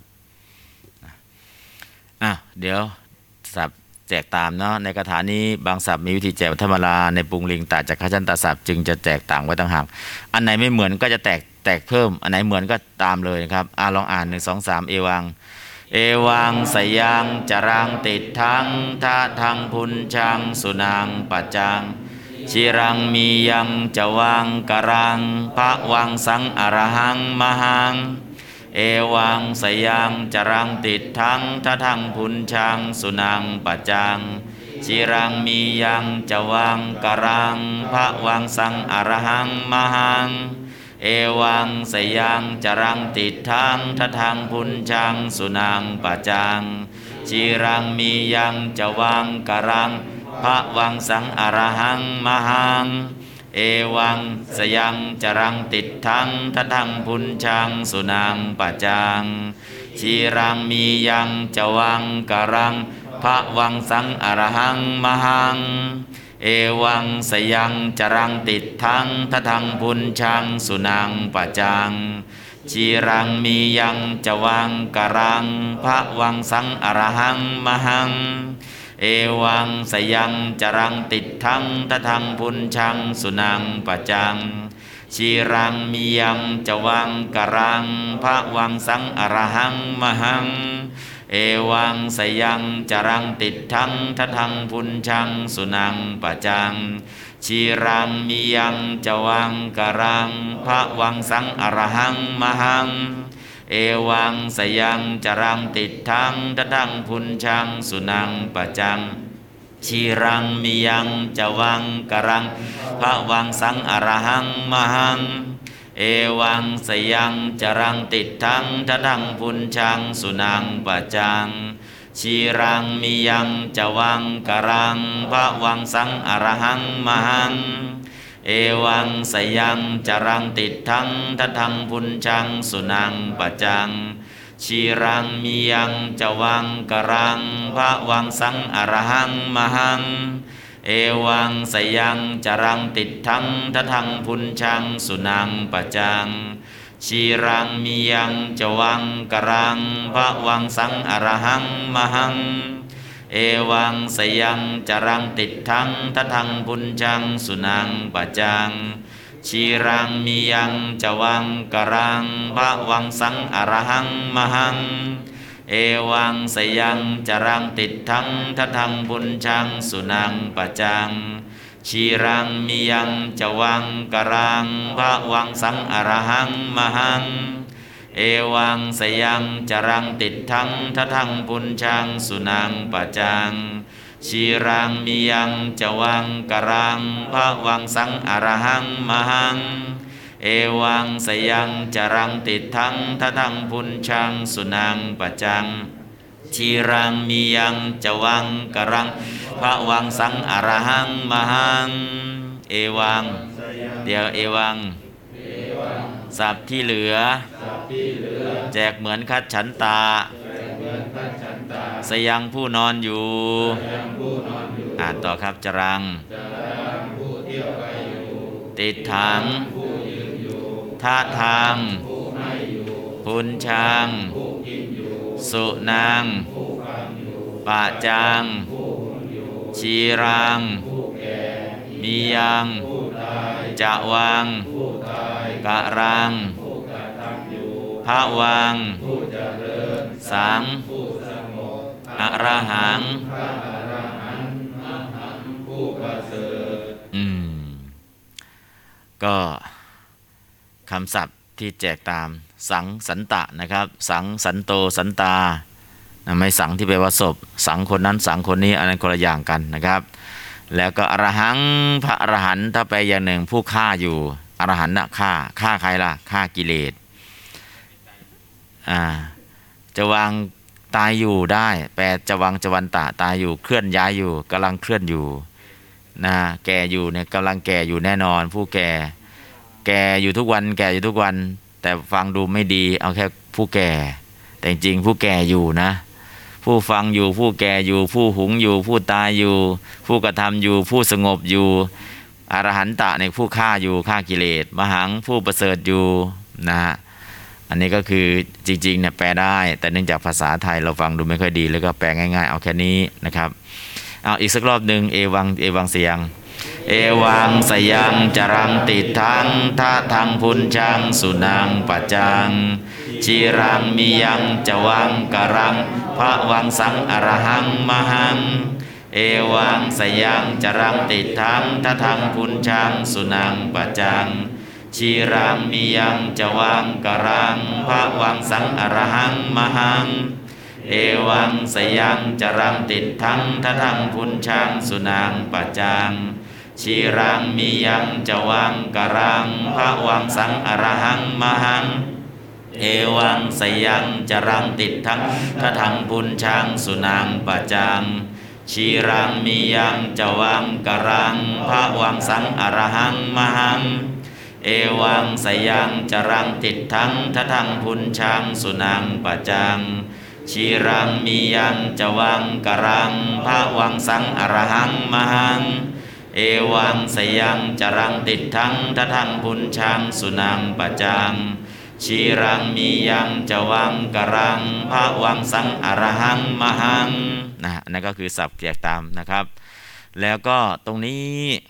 อ่ะเดี๋ยวศัพท์แจกตามเนาะในคาถานี้บางศัพท์มีวิธีแจกธรรมดาในปุงลิงต่างจากคัจฉันตศัพท์จึงจะแจกต่างไว้ต่างหากอันไหนไม่เหมือนก็จะแตกแตกเพิ่มอันไหนเหมือนก็ตามเลยครับอ่าลองอ่านหนึ่งสองสามเอวังเอวังสยังจรังติดทังทะทังพุนชังสุนังปัจจังชิรังมียังจวังกรังพระวังสังอรหังมหังเอวังสยังจรังติดทั้งททังพุนชังสุนังปัจจังชิรังมียังจะวังกรังพระวังสังอรหังมหังเอวังสยังจรังติดทั้งททังพุนชังสุนังปัจจังชิรังมียังจะวังกรังพระวังสังอรหังมหังเอวังสยังจรังติดทั้งททังพุนชังสุนังปัจจังชีรังมียังจวังกรังพระวังสังอรหังมหังเอวังสยังจรังติดทั้งททังพุนชังสุนังปัจจังชีรังมียังจวังกรังพระวังสังอรหังมหังเอวังสยังจรังติดทั้งททังพุนชังสุนังปัจจังชีรังมียังจวังกรังพระวังสังอรหังมหังเอวังสยังจรังติดทั้งททังพุนชังสุนังปัจจังชีรังมียังจวังกรังพระวังสังอรหังมหังเอวังสยังจรังติดทั้งททังพุนชังสุนังปัจจังชีรังมียังจวังกรังพระวังสังอรหังมหังเอวังสยังจรังติดทั้งททังพุนชังสุนังปัจจังชีรังมียังจวังกรังพระวังสังอรหังมหังเอวังสยังจรังติดทั้งททังพุนชังสุนังปัจจังชีรังมียังจวังกรังพระวังสังอรหังมหังเอวังสยังจรังติดทั้งททังพุนชังสุนังปัจจังชีรังมียังจวังกรังพระวังสังอรหังมหังเอวังสยังจรังติดทั้งททังพุนชังสุนังปัจจังชีรังมียังจวังกรังพระวังสังอรหังมหังเอวังสยังจรังติดทั้งททังพุนชังสุนังปัจจังชีรังมียังจวังกรังพระวังสังอรหังมหังเอวังสยังจรังติดทั้งททังพุนชังสุนังปัจจังชีรังมียังจวังกรังพระวังสังอรหังมหังเอวังสยังจรังติดทั้งททังพุนชังสุนังปัจจังชีรังมียังจวังกรังพระวังสังอรหังมหังเอวังเดี๋ยวเอวังสับที่เหลือแจกเหมือนคัดฉันตาสยังผู้นอนอยู่อ่านต่อครับจรังติดถังท่าทางพุนชังสุนังปะจังชีรังมียังจะวังกะรังพระวังสังอรหังอืมก็คำศัพท์ที่แจกตามสังสันตะนะครับสังสันโตสันตาไม่สังที่แปลว่าศพสังคนนั้นสังคนนี้อันนั้นคนละอย่างกันนะครับแล้วก็อรหังพระอรหันต์ถ้าไปอย่างหนึ่งผู้ฆ่าอยู่อรหันต์น่ะฆ่าฆ่าใครล่ะฆ่ากิเลสอ่าจะวางตายอยู่ได้แปลจะวังจวันตะตายอยู่เคลื่อนย้ายอยู่กำลังเคลื่อนอยู่นะแก่อยู่เนี่ยกำลังแก่อยู่แน่นอนผู้แก่แก่อยู่ทุกวันแก่อยู่ทุกวันแต่ฟังดูไม่ดีเอาแค่ผู้แก่แต่จริงผู้แก่อยู่นะผู้ฟังอยู่ผู้แก่อยู่ผู้หุงอยู่ผู้ตายอยู่ผู้กระทำอยู่ผู้สงบอยู่อรหันตะในผู้ฆ่าอยู่ฆ่ากิเลสมหังผู้ประเสริฐอยู่นะฮะอันนี้ก็คือจริงๆเนี่ยแปลได้แต่เนื่องจากภาษาไทยเราฟังดูไม่ค่อยดีแล้วก็แปลง่ายๆเอาแค่นี้นะครับเอาอีกสักรอบหนึ่งเอวังเอวังเสียงเอวังสยังจรังติดทั้งท่าทางพุนชังสุนังปัจจังชีรังมียังจวังกรังพระวังสังอรหังมหังเอวังสยังจรังติดทั้งท่าทางพุนชังสุนังปัจจังชชีรังมียังจะวังกรังพระวังสังอรหังมหังเอวังสยังจรังติดทั้งททังพุนชังสุนางปัจจังชีรังมียังจะวังกรังพระวังสังอรหังมหังเอวังสยังจรังติดทั้งททังพุนชังสุนางปัจจังชีรังมียังจะวังกรังพระวังสังอรหังมหังเอวังสยังจรังติดทั้งททังพุนชังสุนางปัจจังชีรังมียังจะวังกรังพระวังสังอรหังมหังเอวังสยังจรังติดทั้งททังพุนชังสุนางปัจจังชีรังมียังจะวังกรังพระวังสังอรหังมหังนะนั่นก็คือศัพท์เรียกตามนะครับ แล้วก็ตรงนี้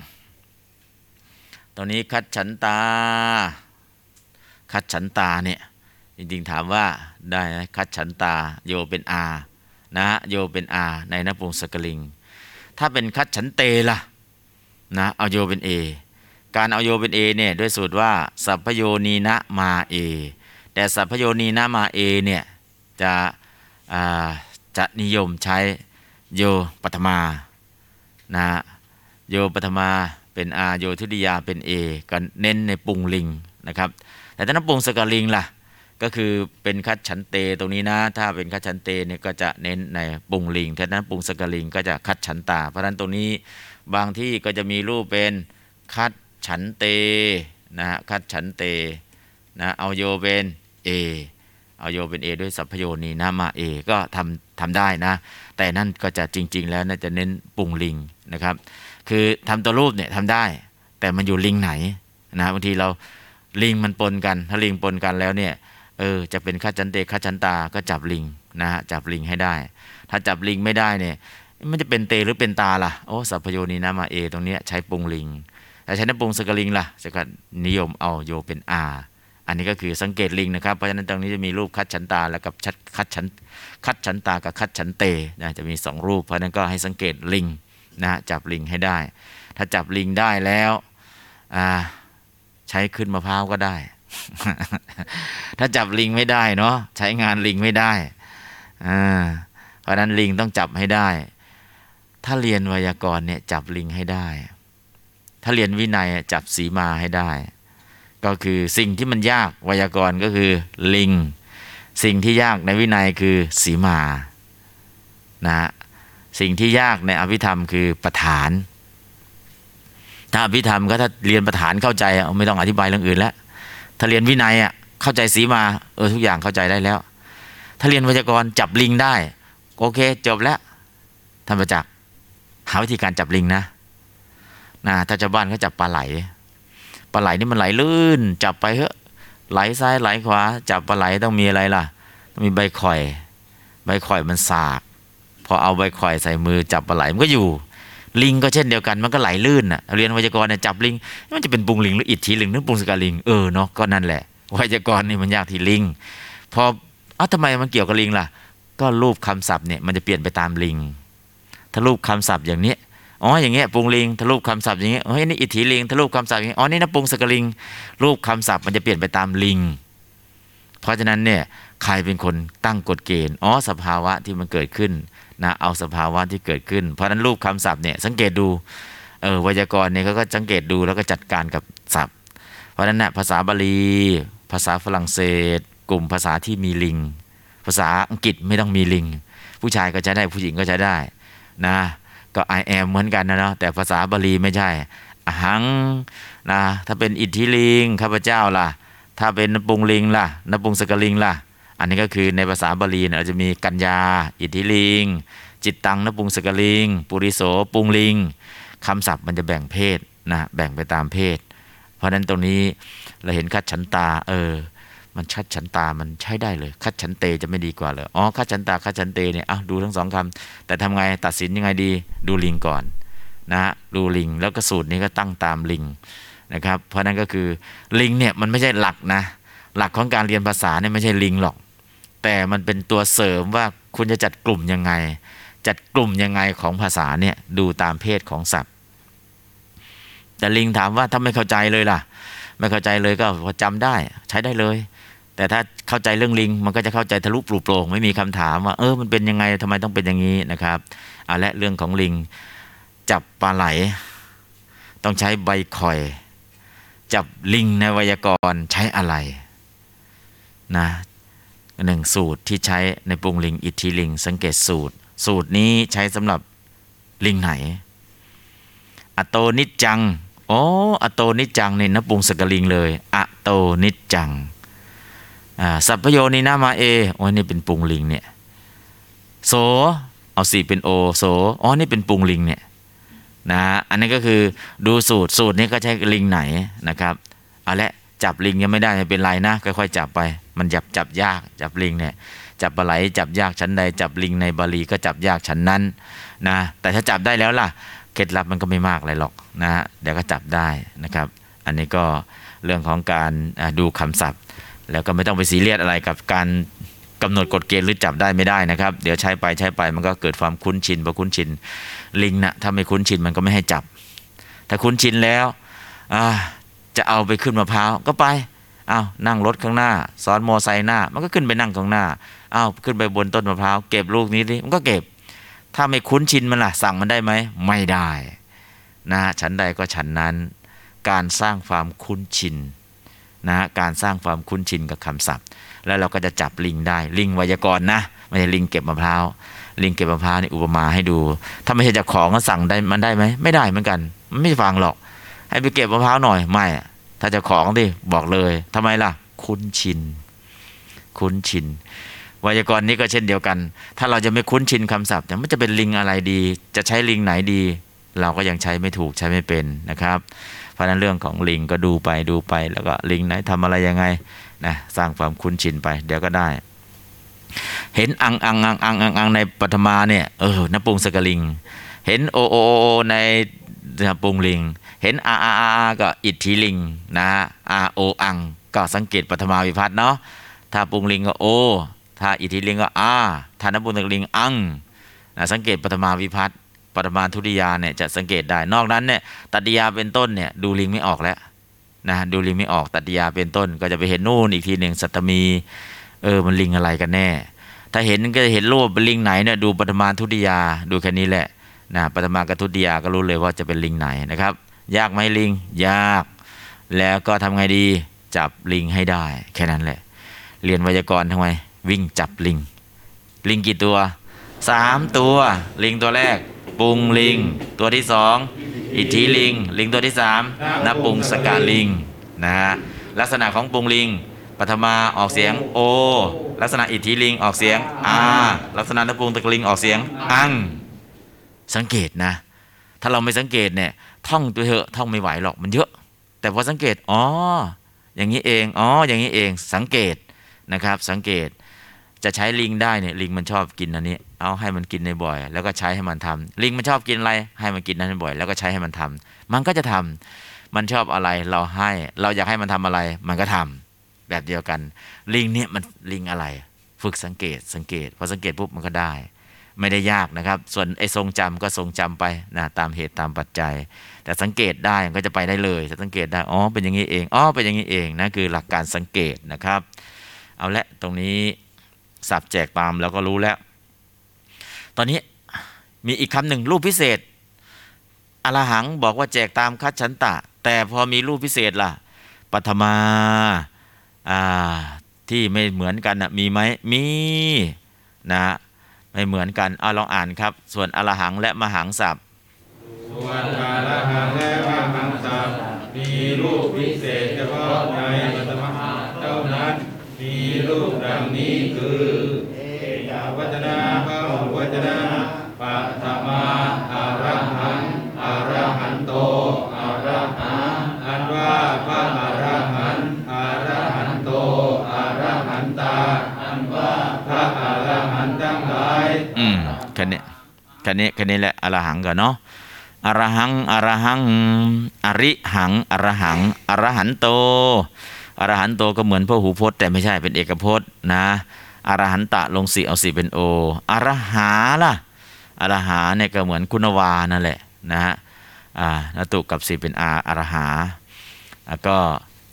ตรงนี้คัจฉันตาคัจฉันตาเนี่ยจริงๆถามว่าได้ไหมคัจฉันตาโยเป็นอานะโยเป็นอาในนปุงสกลิงถ้าเป็นคัจฉันเตล่ะนะเอาโยเป็นเอการเอาโยเป็นเอเนี่ยด้วยสูตรว่าสัพพโยนีนะมาเอแต่สัพพโยนีนะมาเอเนี่ยจะจะนิยมใช้โยปัทมานะโยปัทมาเป็นอาโยทุติยาเป็นเอก็เน้นในปุงลิงนะครับแต่ถ้านับปุงสกลิงล่ะก็คือเป็นคัจฉันเตตรงนี้นะถ้าเป็นคัจฉันเตเนี่ยก็จะเน้นในปุงลิงถ้านั้นปุงสกลิงก็จะคัจฉันตาเพราะฉะนั้นตรงนี้บางที่ก็จะมีรูปเป็นคัจฉันเตนะคัจฉันเตนะเอาโยเป็นเอเอาโยเป็นเอด้วยสัพพโยนีนะมาเอก็ทำทำได้นะแต่นั่นก็จะจริงๆแล้วน่าจะเน้นปุงลิงนะครับคือทำตัวรูปเนี่ยทำได้แต่มันอยู่ลิงไหนนะบางทีเราลิงมันปนกันถ้าลิงปนกันแล้วเนี่ยเออจะเป็นคัจฉันเตคัจฉันตาก็จับลิงนะจับลิงให้ได้ถ้าจับลิงไม่ได้เนี่ยมันจะเป็นเตหรือเป็นตาล่ะโอ้สัพพโยนีนะมาเอตรงนี้ใช้ปุงลิงแต่ใช้น้ำปุงสกลิงล่ะจะก็นิยมเอาโยเป็นอาอันนี้ก็คือสังเกตลิงนะครับเพราะฉะนั้นตรงนี้จะมีรูปคัจฉันตาแล้วกับชัดคัจฉันคัจฉันตากับคัจฉันเตนะจะมีสองรูปเพราะฉะนั้นก็ให้สังเกตลิงนะจับลิงให้ได้ถ้าจับลิงได้แล้วใช้ขึ้นมะพร้าวก็ได้ ถ้าจับลิงไม่ได้เนาะใช้งานลิงไม่ได้เพราะฉะนั้นลิงต้องจับให้ได้ถ้าเรียนไวยากรณ์เนี่ยจับลิงให้ได้ถ้าเรียนวินัยจับสีมาให้ได้ก็คือสิ่งที่มันยากไวยากรณ์ก็คือลิงสิ่งที่ยากในวินัยคือสีมานะสิ่งที่ยากในอภิธรรมคือประธานถ้าอภิธรรมก็ถ้าเรียนประธานเข้าใจไม่ต้องอธิบายเรื่องอื่นแล้วถ้าเรียนวินัยอ่ะเข้าใจสีมาเออทุกอย่างเข้าใจได้แล้วถ้าเรียนไวยากรณ์จับลิงได้โอเคจบแล้วท่านประจักษ์หาวิธีการจับลิงนะนะถ้าชาวบ้านเขาจับปลาไหลปลาไหลนี่มันไหลลื่นจับไปเถอะไหลซ้ายไหลขวาจับปลาไหลต้องมีอะไรล่ะต้องมีใบข่อยใบข่อยมันสากพอเอาใบข่อยใส่มือจับปลาไหลมันก็อยู่ลิงก็เช่นเดียวกันมันก็ไหลลื่นน่ะเรียนไวยากรณ์เนี่ยจับลิงมันจะเป็นปุงลิงหรืออิทธิลิงหรือปุงสกาลิงเออเนาะก็นั่นแหละไวยากรณ์นี่มันยากที่ลิงพอเอ้าทำไมมันเกี่ยวกับลิงล่ะก็รูปคำศัพท์เนี่ยมันจะเปลี่ยนไปตามลิงถ้ารูปคำศัพท์อย่างนี้อ๋ออย่างเงี้ยปุงลิงทะลุคำศัพท์อย่างเงี้ยเฮ้ยนี่อิทธิลิงทะลุคำศัพท์อย่างเงี้ยอ๋อนี่นะปุงสกลิงรูปคำศัพท์มันจะเปลี่ยนไปตามลิงเพราะฉะนั้นเนี่ยใครเป็นคนตั้งกฎเกณฑ์อ๋อสภาวะที่มันเกิดขึ้นนะเอาสภาวะที่เกิดขึ้นเพราะฉะนั้นรูปคำศัพท์เนี่ยสังเกตดูเออไวยากรณ์เนี่ยเขาก็สังเกตดูแล้วก็จัดการกับศัพท์เพราะฉะนั้นน่ะภาษาบาลีภาษาฝรั่งเศสกลุ่มภาษาที่มีลิงภาษาอังกฤษไม่ต้องมีลิงผู้ชายก็ใช้ได้ผู้หญิงก็ใช้ได้นะก็ I am เหมือนกันนะเนาะแต่ภาษาบาลีไม่ใช่อหังนะถ้าเป็นอิทธิลิงข้าพเจ้าล่ะถ้าเป็นนปุงลิงล่ะนปุงสกลิงล่ะอันนี้ก็คือในภาษาบาลีเนี่ยเราจะมีกัญญาอิทธิลิงจิตตังนปุงสกลิงปุริโสปุงลิงคำศัพท์มันจะแบ่งเพศนะแบ่งไปตามเพศเพราะฉะนั้นตรงนี้เราเห็นคัจฉันตาเออมันชัดฉันตามันใช้ได้เลยคัจฉันเตจะไม่ดีกว่าเลยอ๋อคัจฉันตาคัจฉันเตเนี่ยอ้าวดูทั้งสองคำแต่ทำไงตัดสินยังไงดีดูลิงก่อนนะดูลิงแล้วก็สูตรนี้ก็ตั้งตามลิงนะครับเพราะนั้นก็คือลิงเนี่ยมันไม่ใช่หลักนะหลักของการเรียนภาษาเนี่ยไม่ใช่ลิงหรอกแต่มันเป็นตัวเสริมว่าคุณจะจัดกลุ่มยังไงจัดกลุ่มยังไงของภาษาเนี่ยดูตามเพศของศัพท์แต่ลิงถามว่าถ้าไม่เข้าใจเลยล่ะไม่เข้าใจเลยก็พอจำได้ใช้ได้เลยแต่ถ้าเข้าใจเรื่องลิงมันก็จะเข้าใจทะลุปลุกโปร่งไม่มีคำถามว่าเออมันเป็นยังไงทำไมต้องเป็นอย่างนี้นะครับอ่ะและเรื่องของลิงจับปลาไหลต้องใช้ใบข่อยจับลิงในไวยากรณ์ใช้อะไรนะหนึ่งสูตรที่ใช้ในปรุงลิงอิทธิลิงสังเกตสูตรสูตรนี้ใช้สำหรับลิงไหนอโตนิจจังโอ้อโตนิจจังในนปรุงสกลิงเลยอโตนิจจังอ่าสัพพโยนินามาเอโอ้นี่เป็นปรุงลิงเนี่ยโสเอาสี่เป็นโอโสอ๋อนี่เป็นปรุงลิงเนี่ยนะอันนี้ก็คือดูสูตรสูตรนี้ก็ใช้ลิงไหนนะครับเอาละจับลิงยังไม่ได้ไม่เป็นไรนะค่อยๆจับไปมันจับจับยากจับลิงเนี่ยจับปลาไหลจับยากชั้นใดจับลิงในบาลีก็จับยากชั้นนั้นนะแต่ถ้าจับได้แล้วล่ะเคล็ดลับมันก็ไม่มากอะไรหรอกนะฮะเดี๋ยวก็จับได้นะครับอันนี้ก็เรื่องของการดูคำศัพท์แล้วก็ไม่ต้องไปซีเรียสอะไรกับการกำหนดกฎเกณฑ์หรือจับได้ไม่ได้นะครับเดี๋ยวใช้ไปใช้ไปมันก็เกิดความคุ้นชินพอคุ้นชินลิงนะถ้าไม่คุ้นชินมันก็ไม่ให้จับถ้าคุ้นชินแล้วจะเอาไปขึ้นมะพร้าวก็ไปอ้าวนั่งรถข้างหน้าซ้อนมอไซค์หน้ามันก็ขึ้นไปนั่งข้างหน้าอ้าวขึ้นไปบนต้นมะพร้าวเก็บลูกนี้ดิมันก็เก็บถ้าไม่คุ้นชินมันล่ะสั่งมันได้ไหมไม่ได้นะฉันใดก็ฉันนั้นการสร้างความคุ้นชินนะการสร้างความคุ้นชินกับคำศัพท์แล้วเราก็จะจับลิงได้ลิงไวยากรณ์นะไม่ใช่ลิงเก็บมะพร้าวลิงเก็บมะพร้าวนี่อุปมาให้ดูถ้าไม่ใช่เจ้าของก็สั่งได้มันได้ไหมไม่ได้เหมือนกันมันไม่ฟังหรอกให้ไปเก็บมะพร้าวหน่อยไม่ถ้าเจ้าของดิบอกเลยทำไมล่ะคุ้นชินคุ้นชินไวยากรณ์นี้ก็เช่นเดียวกันถ้าเราจะไม่คุ้นชินคำศัพท์มันจะเป็นลิงอะไรดีจะใช้ลิงไหนดีเราก็ยังใช้ไม่ถูกใช้ไม่เป็นนะครับเพราะนั้นเรื่องของลิงก็ดูไปดูไปแล้วก็ลิงไหนทำอะไรยังไงนะสร้างความคุ้นชินไปเดี๋ยวก็ได้เห็นอังอังอังอังอังอังในปฐมาเนี่ยเออนปรุงสกลิงเห็นโอโอโอในปรุงลิงเห็นอาอาอาก็อิทธิลิงนะอาโออังก็สังเกตปฐมาวิภัตเนาะถ้าปรุงลิงก็โอถ้าอิทธิลิงก็อาถ้านปรุงสกลิงอังนะสังเกตปฐมาวิภัตปฐมาทุติยาเนี่ยจะสังเกตได้นอกนั้นเนี่ยตัดยาเป็นต้นเนี่ยดูลิงไม่ออกแล้วนะดูลิงไม่ออกตัดยาเป็นต้นก็จะไปเห็นนู่นอีกทีหนึ่งสัตตมีเออมันลิงอะไรกันแน่ถ้าเห็นก็จะเห็นรูปเป็นลิงไหนเนี่ยดูปฐมาทุติยาดูแค่นี้แหละนะปฐมากับทุติยาก็รู้เลยว่าจะเป็นลิงไหนนะครับยากไหมลิงยากแล้วก็ทำไงดีจับลิงให้ได้แค่นั้นแหละเรียนไวยากรณ์ทำไมวิ่งจับลิงลิงกี่ตัวสามตัวลิงตัวแรกปุงลิงตัวที่สองอิทธิลิงลิงตัวที่สามนปุงสกาลิงนะฮะลักษณะของปุงลิงปฐมาออกเสียงโอลักษณะอิทธิลิงออกเสียงอาลักษณะนปุงตะกลิงออกเสียงอังสังเกตนะถ้าเราไม่สังเกตเนี่ยท่องตัวเถอะท่องไม่ไหวหรอกมันเยอะแต่พอสังเกตอ๋ออย่างนี้เองอ๋ออย่างนี้เองสังเกตนะครับสังเกตจะใช้ลิงได้เนี่ยลิงมันชอบกินอันนี้เอาให้มันกินในบ่อยแล้วก็ใช้ให้มันทำลิงมันชอบกินอะไรให้มันกินนั้นบ่อยแล้วก็ใช้ให้มันทำมันก็จะทำมันชอบอะไรเราให้เราอยากให้มันทำอะไรมันก็ทำแบบเดียวกันลิงเนี่ยมันลิงอะไรฝึกสังเกตสังเกตพอสังเกตปุ๊บมันก็ได้ไม่ได้ยากนะครับส่วนไอ้ทรงจำก็ทรงจำไปนะตามเหตุตามปัจจัยแต่สังเกตได้มันก็จะไปได้เลยจะสังเกตได้อ๋อเป็นอย่างนี้เองอ๋อเป็นอย่างนี้เองนะคือหลักการสังเกตนะครับเอาละตรงนี้สับแจกตามแล้วก็รู้แล้วตอนนี้มีอีกคำหนึ่งรูปพิเศษอรหังบอกว่าแจกตามคัจฉันตะแต่พอมีรูปพิเศษล่ะปัทมาอ่าที่ไม่เหมือนกันนะมีไหมมีนะไม่เหมือนกันเอาลองอ่านครับส่วนอรหังและมหังศัพท์ส่วนอรหังและมหังศัพท์มีรูปพิเศษเฉพาะในปฐมะเท่านั้นมีรูปดังนี้คือเอกวจนะพหุวจนะปัทมาอรหังอรหันโตอรหังอันว่าพระอรหันต์อรหันโตอรหันตาอันว่าพระอรหันต์ทั้งหลายอืมแค่นี้แค่นี้แค่นี้แหละอรหังก่อนเนาะอรหังอรหังอริหังอรหังอรหันโตอรหันโตก็เหมือนพหูพจน์แต่ไม่ใช่เป็นเอกพจน์นะอรหันตะลงสีเอาสีเป็นโออรหาล่ะอรหาเนี่ยก็เหมือนคุณวานั่นแหละนะฮะอ่านตุกับสีเป็นอาอรหาแล้วก็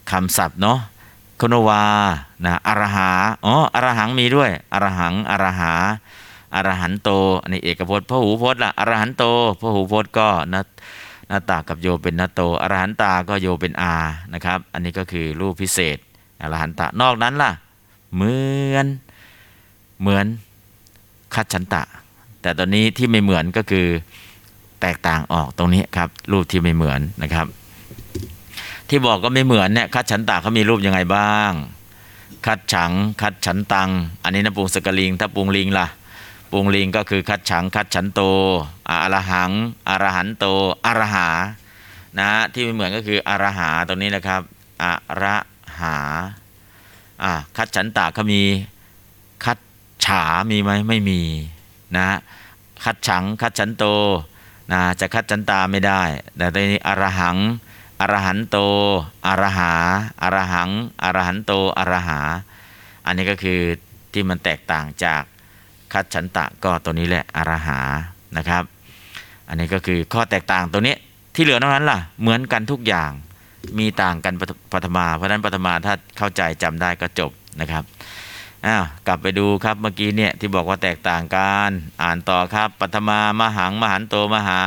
คำศัพท์เนาะคุณวานะอรหาอ๋ออรหังมีด้วยอรหังอรหาอรหันโตอันนี้เอกพจน์พหูพจน์ล่ะอรหันโตพหูพจน์ก็นะนาตากับโยเป็นนาโตอรหันตาก็โยเป็นอานะครับอันนี้ก็คือรูปพิเศษอรหันตะนอกนั้นล่ะเหมือนเหมือนคัจฉันตะแต่ตอนนี้ที่ไม่เหมือนก็คือแตกต่างออกตรงนี้ครับรูปที่ไม่เหมือนนะครับที่บอกก็ไม่เหมือนเนี่ยคัจฉันตะเขามีรูปยังไงบ้างคัจฉังคัจฉันตังอันนี้นะปุงสกลิงถ้าปุงลิงล่ะปุงลิงก็คือคัจฉังคัจฉันโตอรหังอรหันโตอรหานะที่ไม่เหมือนก็คืออรหาตรงนี้นะครับอรหาอ่าคัจฉันตะเขามีคัจฉามีไหมไม่มีนะคัจฉังคัจฉันโตนะจะคัจฉันตาไม่ได้แต่ตอนนี้อรหังอรหันโตอรหาอรหังอรหันโตอรหาอันนี้ก็คือที่มันแตกต่างจากคัจฉันตะก็ตัวนี้แหละอรหานะครับอันนี้ก็คือข้อแตกต่างตัวนี้ที่เหลือนอกนั้นล่ะเหมือนกันทุกอย่างมีต่างกันปฐมาเพราะฉะนั้นปฐมาถ้าเข้าใจจำได้ก็จบนะครับอ้าวกลับไปดูครับเมื่อกี้เนี่ยที่บอกว่าแตกต่างกันอ่านต่อครับปฐมามหังมหันโตมหา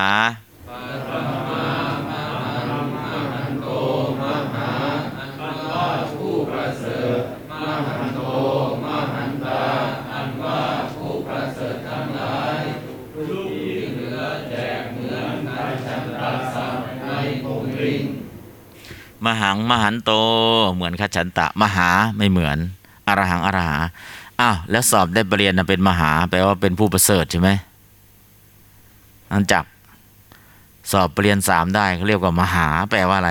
มหังมหันโตเหมือนคัจฉันตะมหาไม่เหมือนอรหังอรหาอ้าวแล้วสอบได้ปรริญญาเป็นมหาแปลว่าเป็นผู้ประเสริฐใช่ไหมอันจับสอบปรริญญาสามได้เขาเรียกว่ามหาแปลว่าอะไร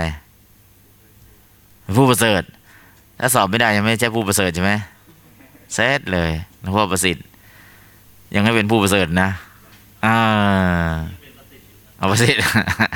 ผู้ประเสริฐถ้าสอบไม่ได้ยังไม่ใช่ผู้ประเสริฐใช่ไหมเซตเลยหลวงพ่อประสิทธิ์ยังให้เป็นผู้ประเสริฐนะอ่าเอาประสิทธิ์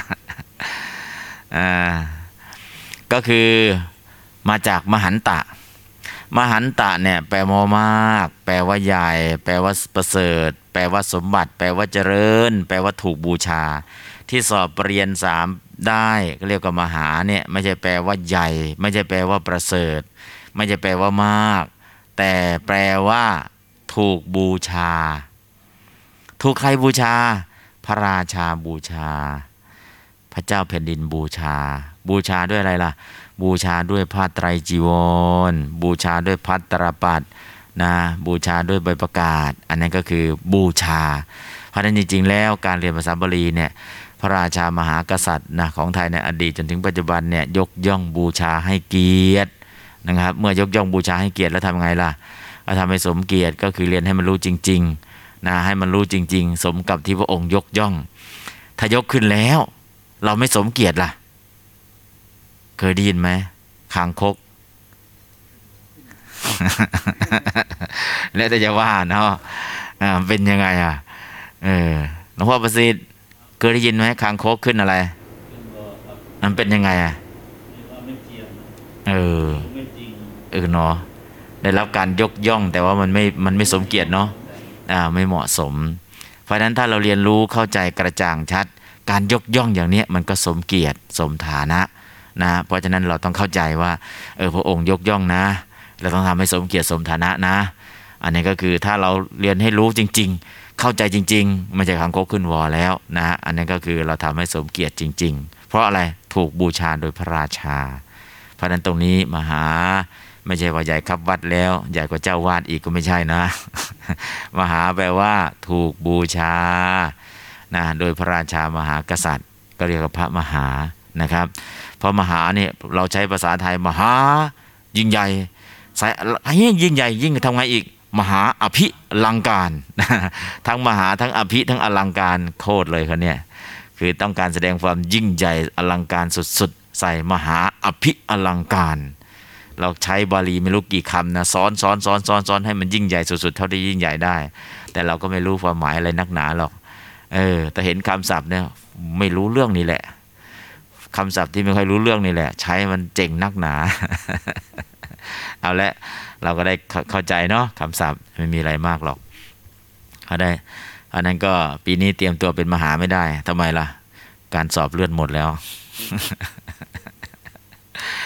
อ่าก็คือมาจากมหันตะมหันตะเนี่ยแปลว่ามากแปลว่าใหญ่แปลว่าประเสริฐแปลว่าสมบัติแปลว่าเจริญแปลว่าถูกบูชาที่สอบปรริญญาสามได้ก็เรียกว่ามหาเนี่ยไม่ใช่แปลว่าใหญ่ไม่ใช่แปลว่าประเสริฐไม่ใช่แปลว่ามากแต่แปลว่าถูกบูชาถูกใครบูชาพระราชาบูชาพระเจ้าแผ่นดินบูชาบูชาด้วยอะไรล่ะบูชาด้วยผ้าไตรจีวรบูชาด้วยภัตตรปัตรนะบูชาด้วยใบประกาศอันนั้นก็คือบูชาเพราะฉะนั้นจริงๆแล้วการเรียนภาษาบาลีเนี่ยพระราชามหากษัตริย์นะของไทยในอดีตจนถึงปัจจุบันเนี่ยยกย่องบูชาให้เกียรตินะครับเมื่อยกย่องบูชาให้เกียรติแล้วทำไงล่ะก็ทำให้สมเกียรติก็คือเรียนให้มันรู้จริงๆนะให้มันรู้จริงๆสมกับที่พระองค์ยกย่องถ้ายกขึ้นแล้วเราไม่สมเกียรติล่ะเคยได้ยินไหมคางคก แล้วแต่จะว่าเนาะอ่าเป็นยังไงอ่ะเออหลวงพ่อประสิทธิ์เคยได้ยินไหมคางคกขึ้นอะไรมันเป็นยังไงอ่ะเออเออเนาะได้รับการยกย่องแต่ว่ามันไม่มันไม่สมเกียรติเนาะอ่าไม่เหมาะสมเพราะฉะนั้นถ้าเราเรียนรู้เข้าใจกระจ่างชัดการยกย่องอย่างนี้มันก็สมเกียรติสมฐานะนะเพราะฉะนั้นเราต้องเข้าใจว่าเออพระองค์ยกย่องนะเราต้องทำให้สมเกียรติสมฐานะนะอันนี้ก็คือถ้าเราเรียนให้รู้จริงๆเข้าใจจริงๆไม่ใช่คางคกขึ้นวอแล้วนะอันนี้ก็คือเราทำให้สมเกียรติจริงๆเพราะอะไรถูกบูชาโดยพระราชาเพราะฉะนั้นตรงนี้มหาไม่ใช่ว่าใหญ่ครับวัดแล้วใหญ่กว่าเจ้าวาดอีกก็ไม่ใช่นะ มหาแปลว่าถูกบูชานะโดยพระราชามหากษัตริย์ก็เรียกว่าพระมหานะครับเพราะมหาเนี่ยเราใช้ภาษาไทยมหายิ่งใหญ่ใส่ยิ่งใหญ่ยิ่งทำไงอีกมหาอภิลังการ ทั้งมหาทั้งอภิทั้งอลังการโคตรเลยครับเนี่ยคือต้องการแสดงความยิ่งใหญ่อลังการสุดๆใส่มหาอภิอลังการเราใช้บาลีไม่รู้กี่คำนะซ้อนซ้อนซ้อนซ้อนซ้อนให้มันยิ่งใหญ่สุดๆเท่าที่ยิ่งใหญ่ได้แต่เราก็ไม่รู้ความหมายอะไรนักหนาหรอกเออแต่เห็นคำศัพท์เนี่ยไม่รู้เรื่องนี่แหละคำศัพท์ที่ไม่ค่อยรู้เรื่องนี่แหละใช้มันเจ๋งนักหนา เอาละเราก็ได้เข้าใจเนาะคำศัพท์ไม่มีอะไรมากหรอกเขาได้อันนั้นก็ปีนี้เตรียมตัวเป็นมหาไม่ได้ทำไมล่ะการสอบเลื่อนหมดแล้ว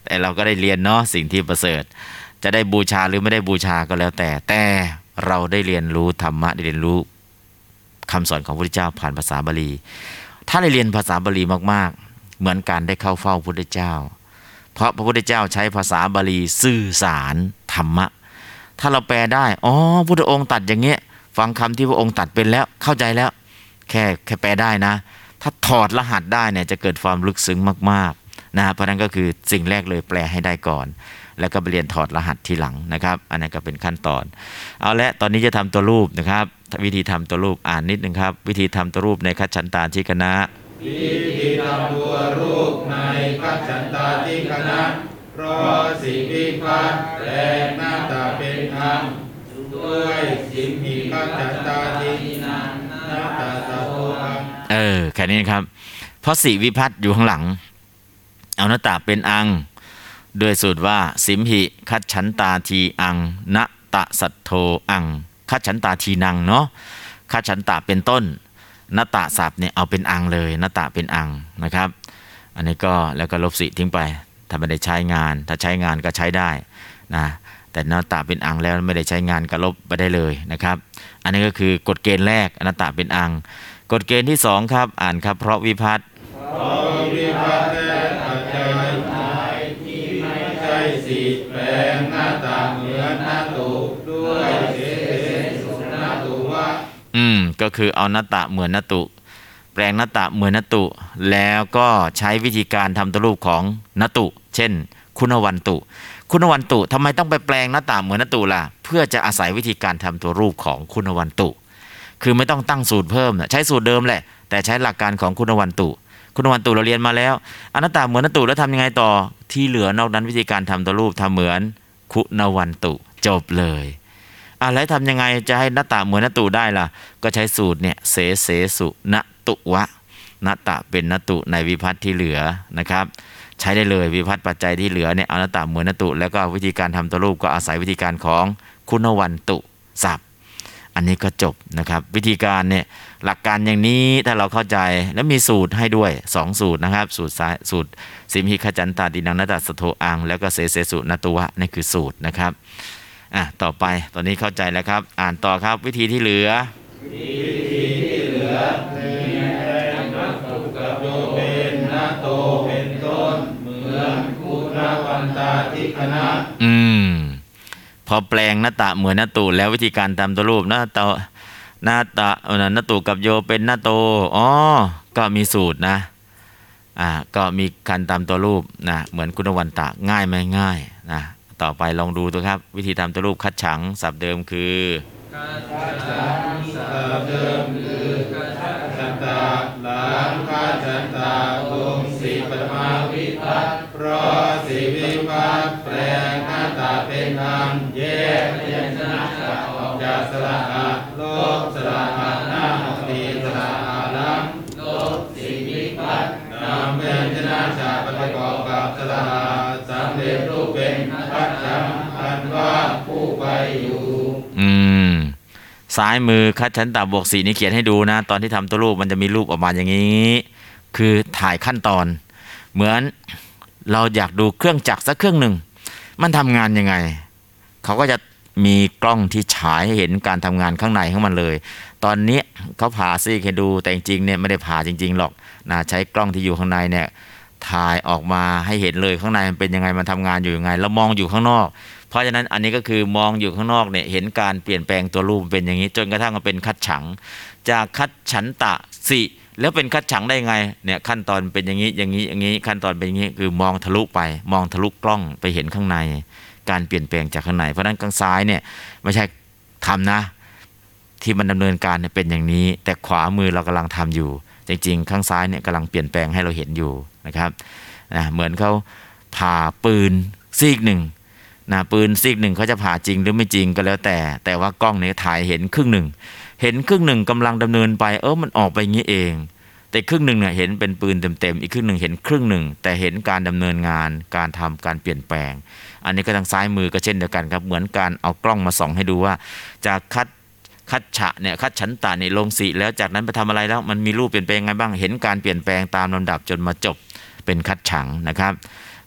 แต่เราก็ได้เรียนเนาะสิ่งที่ประเสริฐจะได้บูชาหรือไม่ได้บูชาก็แล้วแต่แต่เราได้เรียนรู้ธรรมะได้เรียนรู้คำสอนของพระพุทธเจ้าผ่านภาษาบาลีถ้าได้เรียนภาษาบาลีมากๆเหมือนการได้เข้าเฝ้าพระพุทธเจ้าเพราะพระพุทธเจ้าใช้ภาษาบาลีสื่อสารธรรมะถ้าเราแปลได้อ๋อพุทธองค์ตัดอย่างเงี้ยฟังคำที่พระองค์ตัดเป็นแล้วเข้าใจแล้วแค่แค่แปลได้นะถ้าถอดรหัสได้เนี่ยจะเกิดความลึกซึ้งมากๆนะเพราะนั้นก็คือสิ่งแรกเลยแปลให้ได้ก่อนแล้วก็ไปเรียนถอดรหัสทีหลังนะครับอันนั้นก็เป็นขั้นตอนเอาละตอนนี้จะทำตัวรูปนะครับวิธีทำตัวรูปอ่านนิดนึงครับวิธีทำตัวรูปในคัจฉันตาธิคณะวิธีทำตัวรูปในคัจฉันตาธิคณะเพราะสิวิภัตแปลงหน้าตาเป็นธรรมด้วยสิมหิคัจฉันตาธินังหน้าตาสะโพอังเออแค่นี้ครับเพราะสิวิภัตอยู่ข้างหลังเอาหน้าตาเป็นอังด้วยสูตรว่าสิมหิคัจฉันตาทีอังณตะสัทโธอังคัจฉันตาทีนังเนาะคัจฉันตาเป็นต้นณตะศัพท์เนี่ยเอาเป็นอังเลยณตะเป็นอังนะครับอันนี้ก็แล้วก็ลบสิทิ้งไปถ้าไม่ได้ใช้งานถ้าใช้งานก็ใช้ได้นะแต่ณตะเป็นอังแล้วไม่ได้ใช้งานก็ลบไปได้เลยนะครับอันนี้ก็คือกฎเกณฑ์แรกณตะเป็นอังกฎเกณฑ์ที่สองครับอ่านครับเพราะวิภัตเพราะวิภัตและปัจจัยที่ไม่ใช่สิแปลงหน้าตาเหมือนหน้าตุด้วยเสสุหน้าตุวะอืมก็คือเอาหน้าตะเหมือนหน้าตุแปลงหน้าตะเหมือนหน้าตุแล้วก็ใช้วิธีการทำตัวรูปของหน้าตุเช่นคุณวันตุคุณวันตุทำไมต้องไปแปลงหน้าตะเหมือนหน้าตุล่ะเพื่อจะอาศัยวิธีการทำตัวรูปของคุณวันตุคือไม่ต้องตั้งสูตรเพิ่มใช้สูตรเดิมแหละแต่ใช้หลักการของคุณวันตุคุณวันตุเราเรียนมาแล้วอนัตตาเหมือนหน้าตุแล้วทำยังไงต่อที่เหลือนอกนั้นวิธีการทำตัวรูปทำเหมือนคุณวันตุจบเลยอะไรทำยังไงจะให้หน้าตาเหมือนหน้าตุได้ล่ะก็ใช้สูตรเนี่ยเสเสสุณตุวะหน้าตาเป็นหน้าตุในวิภัตที่เหลือนะครับใช้ได้เลยวิภัตปัจจัยที่เหลือเนี่ยเอาหน้าตาเหมือนหน้าตุแล้วก็วิธีการทำตัวรูปก็อาศัยวิธีการของคุณวันตุศัพท์อันนี้ก็จบนะครับวิธีการเนี่ยหลักการอย่างนี้ถ้าเราเข้าใจแล้วมีสูตรให้ด้วยสองสูตรนะครับสูตรซ้ายสูตรสิมหิคัจฉันตาดินังนาตาสโทอังแล้วก็เสเสสุณตุวะนี่คือสูตรนะครับอ่ะต่อไปตอนนี้เข้าใจแล้วครับอ่านต่อครับวิธีที่เหลือวิธีที่เหลือมีแรงนักตุกับโยเป็นนาโตเป็นต้นเหมือนคุณวันตาธิคณะอืมพอแปลงหน้าตะเหมือนหน้าตุแล้ววิธีการทำตัวรูปหน้าตะหน้าตะหน้าตุกับโยเป็นหน้าโตอ๋อก็มีสูตรนะอ่าก็มีการทำตัวรูปนะเหมือนคุณวันตะง่ายไหมง่ายนะต่อไปลองดูตัวครับวิธีทำตัวรูปคัดฉังศัพท์เดิมคือคัดฉังศัพท์เดิมคือคัดฉันตาหลังคัดฉันตาลงสีปฐมาวิภัตเพราะสีวิภัตแปลงหน้าตาเป็นธรรมแยกพยัญชนะออกจากสระอะลบสระอะหน้าตีสระอะลังลบสีวิภัตนำพยัญชนะจากประกอบกับสระอะสำเร็จรูปเป็นคัดฉังอันว่าผู้ไปอยู่อืมซ้ายมือคัดฉันตาบวกสีนี่เขียนให้ดูนะตอนที่ทำตัวรูปมันจะมีรูปออกมาอย่างนี้คือถ่ายขั้นตอนเหมือนเราอยากดูเครื่องจักรสักเครื่องหนึ่งมันทำงานยังไงเขาก็จะมีกล้องที่ฉายให้เห็นการทำงานข้างในของมันเลยตอนนี้เขาผ่าซีกให้ดูแต่จริงๆเนี่ยไม่ได้ผ่าจริงๆหรอกนะใช้กล้องที่อยู่ข้างในเนี่ยถ่ายออกมาให้เห็นเลยข้างในมันเป็นยังไงมันทำงานอยู่ยังไงแล้วมองอยู่ข้างนอกเพราะฉะนั้นอันนี้ก็คือมองอยู่ข้างนอกเนี่ยเห็นการเปลี่ยนแปลงตัวรูปเป็นอย่างนี้จนกระทั่งมาเป็นคัดฉังจากคัดฉันตะสิแล้วเป็นคัดฉังได้ไงเนี่ยขั้นตอนเป็นอย่างนี้อย่างนี้อย่างนี้ขั้นตอนเป็นอย่างนี้คือมองทะลุไปมองทะลุกล้องไปเห็นข้างในการเปลี่ยนแปลงจากข้างในเพราะฉะนั้นข้างซ้ายเนี่ยไม่ใช่ทำนะที่มันดำเนินการเนี่ยเป็นอย่างนี้แต่ขวามือเรากำลังทำอยู่จริงๆข้างซ้ายเนี่ยกำลังเปลี่ยนแปลงให้เราเห็นอยู่นะครับนะเหมือนเขาผ่าปืนซีกหนึ่งนะปืนซีกหนึ่งเขาจะผ่าจริงหรือไม่จริงก็แล้วแต่แต่ว่ากล้องเนี่ยถ่ายเห็นครึ่งหนึ่งเห็นครึ่งหนึ่งกำลังดำเนินไปเออมันออกไปอย่างนี้เองแต่ครึ่งหนึ่งเนี่ยเห็นเป็นปืนเต็มๆอีกครึ่งหนึ่งเห็นครึ่งหนึ่งแต่เห็นการดำเนินงานการทำการเปลี่ยนแปลงอันนี้ก็ทางซ้ายมือก็เช่นเดียวกันครับเหมือนการเอากล้องมาส่องให้ดูว่าจากคัดคัดฉะเนี่ยคัดฉันตาเนี่ยลงสีแล้วจากนั้นไปทำอะไรแล้วมันมีรูปเปลี่ยนแปลงไงบ้างเห็นการเปลี่ยนแปลงตามลำดับจนมาจบเป็นคัดฉังนะครับ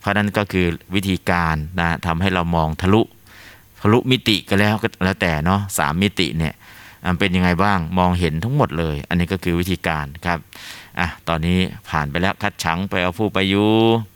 เพราะนั้นก็คือวิธีการนะทำให้เรามองทะลุทะลุมิติก็แล้วก็แล้วแต่เนาะสามมิติเนี่ยมันเป็นยังไงบ้างมองเห็นทั้งหมดเลยอันนี้ก็คือวิธีการครับอ่ะตอนนี้ผ่านไปแล้วคัดฉังไปเอาผู้ไปอยู่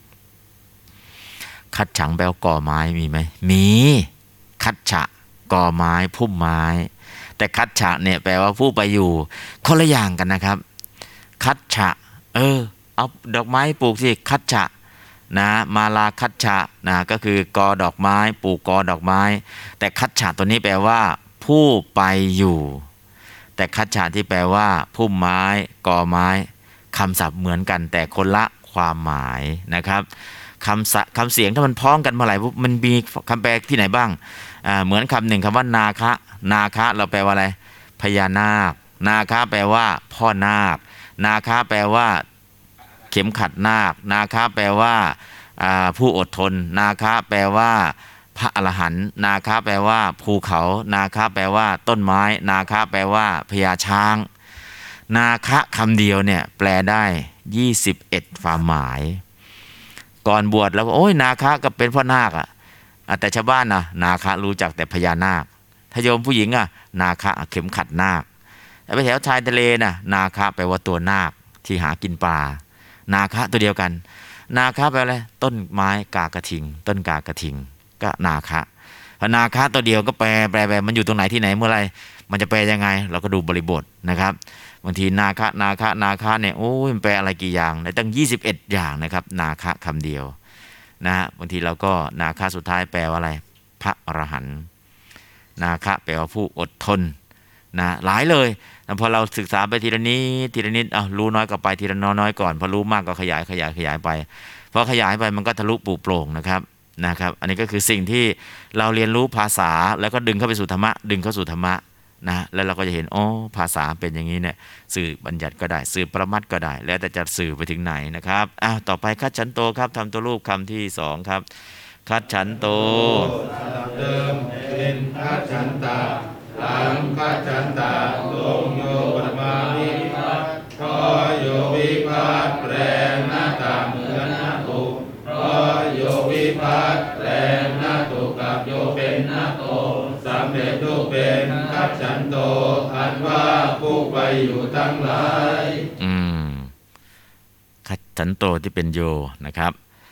คัดฉังไปเอาก่อไม้มีไหมมีคัดฉะก่อไม้พุ่มไม้แต่คัดฉะเนี่ยแปลว่าผู้ไปอยู่คนละอย่างกันนะครับคัดฉะเออเอาดอกไม้ปลูกสิคัดฉะนะมาลาคัดฉะนะก็คือกอดอกไม้ปลูกกอดอกไม้แต่คัดฉะตัวนี้แปลว่าผู้ไปอยู่แต่คัดฉะที่แปลว่าพุ่มไม้กอไม้คำศัพท์เหมือนกันแต่คนละความหมายนะครับคำคำเสียงถ้ามันพ้องกันเมื่อไหร่มันมีคำแปลที่ไหนบ้างอ่าเหมือนคำหนึ่งคำว่านาคะนาคะเราแปลว่าอะไรพญานาคนาคะแปลว่าพ่อนาคนาคะแปลว่าเข็มขัดนาคนาคะแปลว่าผู้อดทนนาคะแปลว่าพระอรหันต์นาคะแปลว่าภูเขานาคะแปลว่าต้นไม้นาคะแปลว่าพญาช้างนาคะคำเดียวเนี่ยแปลได้ยี่สิบเอ็ดความหมายก่อนบวชแล้วโอ้ยนาคะก็เป็นพ่อนาคอะแต่ชาวบ้านนะนาคะรู้จักแต่พญานาคถ้าโยมผู้หญิงอะนาคะเข็มขัดนาคแต่ไปแถวชายทะเลนะนาคะแปลว่าตัวนาคที่หากินปลานาคะตัวเดียวกันนาคะแปลอะไรต้นไม้กากระทิงต้นกากระทิงก็นาคะพนาคะตัวเดียวก็แปลแปลแปลมันอยู่ตรงไหนที่ไหนเมื่อไรมันจะแปลยังไงเราก็ดูบริบทนะครับบางทีนาคะนาคะนาคะเนี่ยโอ้ยมันแปลอะไรกี่อย่างได้ตั้งยี่สิบเอ็ดอย่างนะครับนาคะคำเดียวนะฮะบางทีเราก็นาคะสุดท้ายแปลว่าอะไรพระอรหันต์นาคะแปลว่าผู้อดทนนะหลายเลยแต่พอเราศึกษาไปทีละนิดทีละนิดเอารู้น้อยก็ไปทีละน้อยๆก่อนพอรู้มากก็ขยายขยายขยายไปพอขยายไปมันก็ทะลุปูโปร่งนะครับนะครับอันนี้ก็คือสิ่งที่เราเรียนรู้ภาษาแล้วก็ดึงเข้าไปสู่ธรรมะดึงเข้าสู่ธรรมะนะแล้วเราก็จะเห็นอ๋อภาษาเป็นอย่างนี้เนี่ยสื่อบัญญัติก็ได้สื่อประมัดก็ได้แล้วแต่จะสื่อไปถึงไหนนะครับอ้าวต่อไปคัดฉันโตครับทำตัวรูปคำที่สองครับคัดฉันโตเดิมเป็นคัดฉันตาหลังคัดฉันตาลงโยปมาวิภัตพอโยวิภัตแปลหน้าตาเหมือนหน้าตุเพราะโยวิภัตแปลหน้าตุกับโยเป็นหน้าโตสำเร็จรูปเป็นคัดฉันโตอันว่าผู้ไปอยู่ทั้งหลายอืมคัดฉันโตที่เป็นโยนะครับ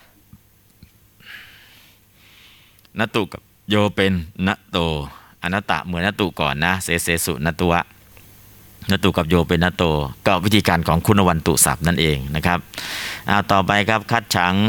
นตุกับโยเป็นนโตอนัตตะเหมือนนตุก่อนนะเสเสสุนตุวะนตุกับโยเป็นนโตก็วิธีการของคุณวันตุศัพท์นั่นเองนะครับเอาต่อไปครับคัดฉัง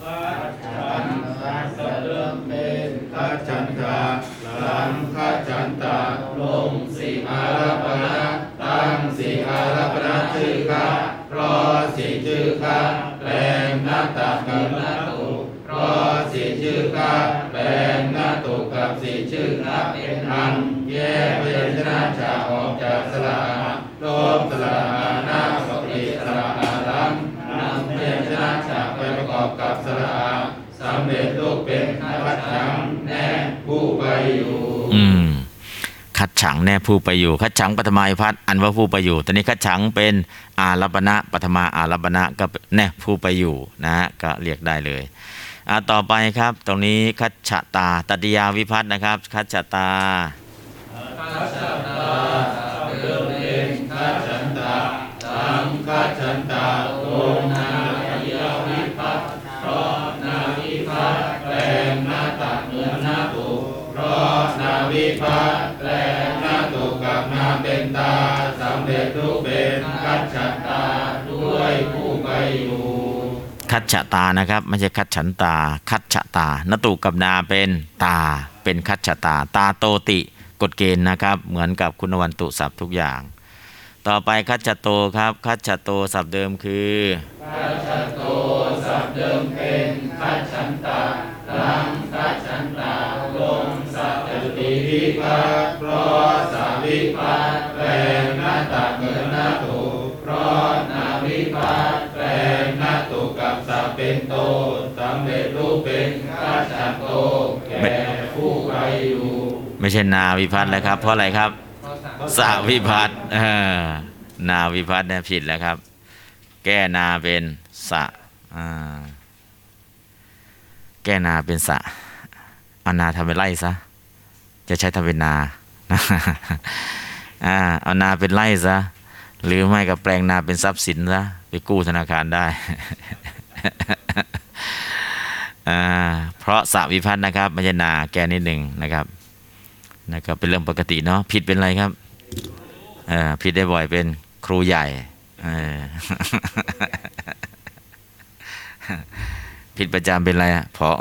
คัดฉันตาหลังคัดฉันตาลงสีอารัปนะตั้งสีอารัปนะชื่อคะเพราะสีชื่อคะแปลงหน้าตากับหน้าตุเพราะสีชื่อคะแปลงหน้าตุกับสีชื่อคะเป็นอันแยกพยัญชนะจะออกจากสระลบสระอานาปฏิสระอาลังนำพยัญชนะจะไปประกอบกับสระอาสำเร็จรูปเป็นคัดฉังแน่ผู้ไปอยู่อืมคัดฉังแน่ผู้ไปอยู่คัดฉังปฐมาวิภัตอันว่าผู้ไปอยู่ตอนนี้คัดฉังเป็นอารัปนะปฐมาอารัปนะก็แน่ผู้ไปอยู่นะฮะก็เรียกได้เลยอ่าต่อไปครับตรงนี้คัจฉตาตติยาวิภัตนะครับคัจฉตาคัจฉตาเดิมเป็นคัจฉันตาสังคัจฉันตาลงนาติยาวิภัตเพราะนาวิภัตแปลงหน้าตัดเหมือนหน้าตุเพราะนาวิภัตแปลงหน้าตุกับนาเป็นตาสำเร็จรูปเป็นคัจฉตาด้วยผู้ไปอยู่คัจฉตานะครับไม่ใช่คัจฉันตาคัจฉตานตุกับนาเป็นตาเป็นคัจฉตาตาโตติกฎเกณฑ์นะครับเหมือนกับคุณวันตุศัพท์ทุกอย่างต่อไปคัจฉโตครับคัจฉโตศัพท์เดิมคือคัจฉโตศัพท์เดิมเป็นคัจฉันตาหลังคัจฉันตาลงสัตติวิภัตเพราะสาวิภัตแปลงหน้าตัดเหมือนหน้าตุเพราะนาวิภัตแปลงหน้าตุกับสัพเป็นโตสำเร็จรูปเป็นคัจฉโตแก่ผู้ไปอยู่ไม่ใช่นาวิภัตแล้วครับเพราะอะไรครับสาวิภัตนาวิภัตเนี่ยผิดแล้วครับแก้นาเป็นสะแก้นาเป็นสระเอานาทำเป็นไร่ซะจะใช้ทำเป็นนา อ่าเอานาเป็นไร่ซะหรือไม่ก็แปลงนาเป็นทรัพย์สินซะไปกู้ธนาคารได้ อ่าเพราะสระวิพัฒน์นะครับไม่ใช่นาแก้นิดหนึ่งนะครับนะครับเป็นเรื่องปกติเนาะผิดเป็นไรครับเออผิดได้บ่อยเป็นครูใหญ่เออ ผิดประจำเป็นไรอ่ะผอ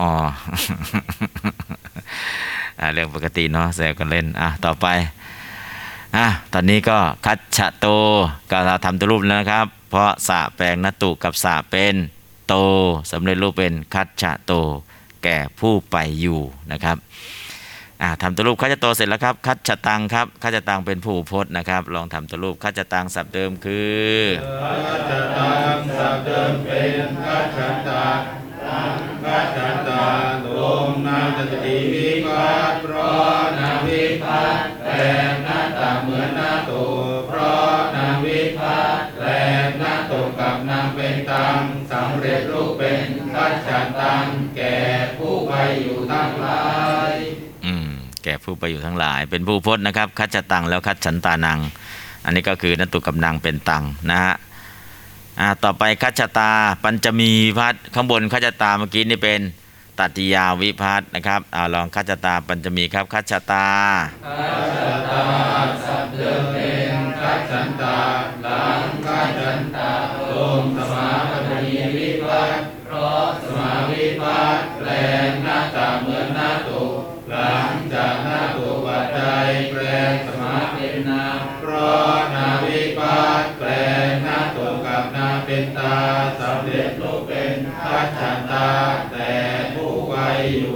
อ่าเรื่องปกติเนาะแซวกันเล่นอ่ะต่อไปอ่ะตอนนี้ก็คัจฉโตก็เราทำตัวรูปแล้วนะครับ เพราะสระแปลงนตุกับสระเป็นโตสำเร็จรูปเป็นคัจฉโตแก่ผู้ไปอยู่นะครับอ่าทำตัวรูปคัจฉโตเสร็จแล้วครับคัจฉตังครับคัจฉตังเป็นผู้พจน์นะครับลองทำตัวรูปคัจฉตังศัพท์เดิมคือคัจฉตังศัพท์เดิมเป็นคัจฉตาคัจฉตาลงนามจติวิภัตเพราะนามวิภัตแปลงหน้าตาเหมือนหน้าตูเพราะนามวิภัตแปลงหน้าตูกับนามเป็นตังสำเร็จรูปเป็นคัจฉตังแก่ผู้ไปอยู่ทั้งหลายอืมแก่ผู้ไปอยู่ทั้งหลายเป็นผู้พจน์นะครับคัจฉตังแล้วคัจฉันตานังอันนี้ก็คือนตุกับนางเป็นตังนะฮะอ่าต่อไปคัจฉตาปัญจมีวิภัตข้างบนคัจฉตาเมื่อกี้นี่เป็นตัตติยาวิภัตนะครับเอาลองคัจฉตาปัญจมีครับคัจฉตาคัจฉตาสัพเดิมเป็นคัจฉันตาหลังคัจฉันตาลงสมาปัญจมีวิภัตเพราะสมาวิภัตแปลงหน้าตาเหมือนหน้าตุหลังจากหน้าตุปัจจัยแปลงสมาเป็นนามเพราะนาวิภัตแปลงหน้าตุกับนาเป็นตาสำเร็จรูปเป็นคัจฉันตาแต่ผู้ไปอยู่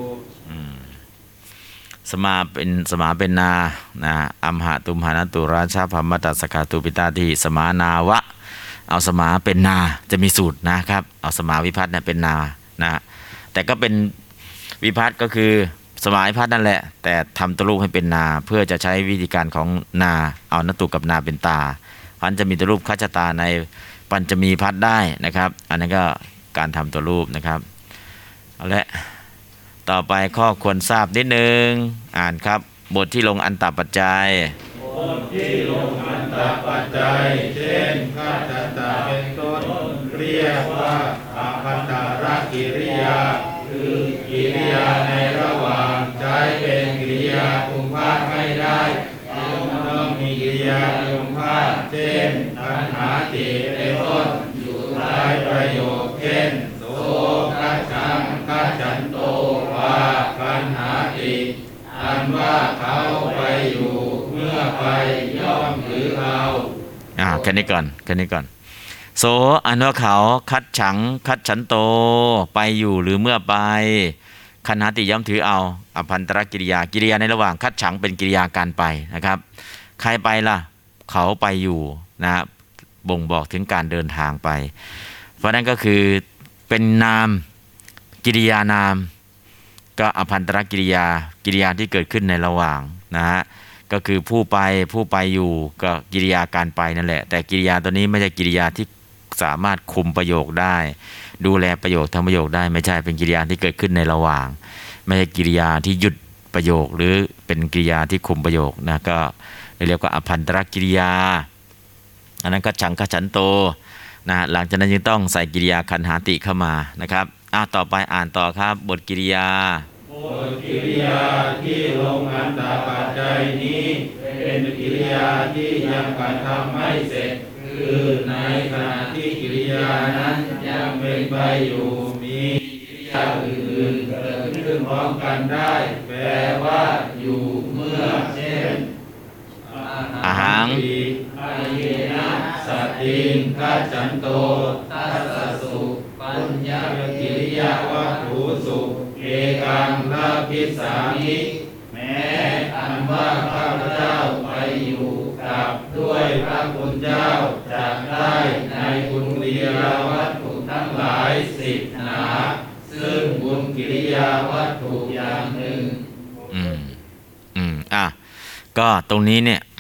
สมาเป็นสมาเป็นนานะอัมหะตุมหานตุราชาพัมมตัสสกาตุปิตาทีสมานาวะเอาสมาเป็นนาจะมีสูตรนะครับเอาสมาวิภัตเนี่ยเป็นนานะแต่ก็เป็นวิภัตก็คือสมาวิภัตนั่นแหละแต่ทำตัวรูปให้เป็นนาเพื่อจะใช้วิธีการของนาเอานตุกับนาเป็นตาพันจะมีตัวรูปคัจฉตาในปัญจมีภัตได้นะครับอันนั้นก็การทำตัวรูปนะครับเอาละต่อไปข้อควรทราบนิดนึงอ่านครับบทที่ลงอันตปัจจัยบทที่ลงอันตปัจจัยเช่นคัจฉตาเป็นต้นเรียกว่าอภันตารกิริยาคือกิริยาในระหว่างใช้เป็นกิริยาคุมภาคไม่ได้ต้องมีกิริยาคุมภาคเช่นปัญหาติเป็นต้นอยู่ท้ายประโยคเช่นโสคัจฉังคัจฉันโตว่าปัญหาติอันว่าเขาไปอยู่เมื่อไปย่อมถือเอาอ่าแค่นี้ก่อนแค่นี้ก่อนโสอันว่าเขาคัดฉังคัดฉันโตไปอยู่หรือเมื่อไปคันหาติย่อมถือเอาอภันตรกิริยากิริยาในระหว่างคัดฉังเป็นกิริยาการไปนะครับใครไปล่ะเขาไปอยู่นะบ่งบอกถึงการเดินทางไปเพราะนั้นก็คือเป็นนามกิริยานามก็อภันตรกิริยากิริยาที่เกิดขึ้นในระหว่างนะฮะก็คือผู้ไปผู้ไปอยู่ก็กิริยาการไปนั่นแหละแต่กิริยาตัวนี้ไม่ใช่กิริยาที่สามารถคุมประโยคได้ดูแลประโยคทั้งประโยคได้ไม่ใช่เป็นกิริยาที่เกิดขึ้นในระหว่างไม่ใช่กิริยาที่หยุดประโยคหรือเป็นกิริยาที่คุมประโยคนะก็เรียกว่าอภันตรกิริยาอันนั้นก็ฉังกฉันโตนะหลังจากนั้นยังต้องใส่กิริยาคันหาติเข้ามานะครับอ่ะต่อไปอ่านต่อครับบทกิริยาบทกิริยาที่ลงอันตปัจจัยนี้เป็นกิริยาที่ยังกระทำไม่เสร็จคือในขณะที่กิริยานั้นยังเป็นไปอยู่มีกิริยาอื่นๆเกิดขึ้นพร้อมกันได้แปลว่าอยู่เมื่อเช่นอาหังอาเยนะสัตติงคัจฉันโตทัสสสุปัญญากิริยาวัตถุสุเอกังลาภิสามิแม้อันว่าข้าพเจ้าไปอยู่กับด้วยพระคุณเจ้าจะได้ในบุญกิริยาวัตถุทั้งหลายสิบหนาซึ่งบุญกิริยาวัตถุอย่างหนึ่งอืมอืมอ่ะก็ตรงนี้เนี่ย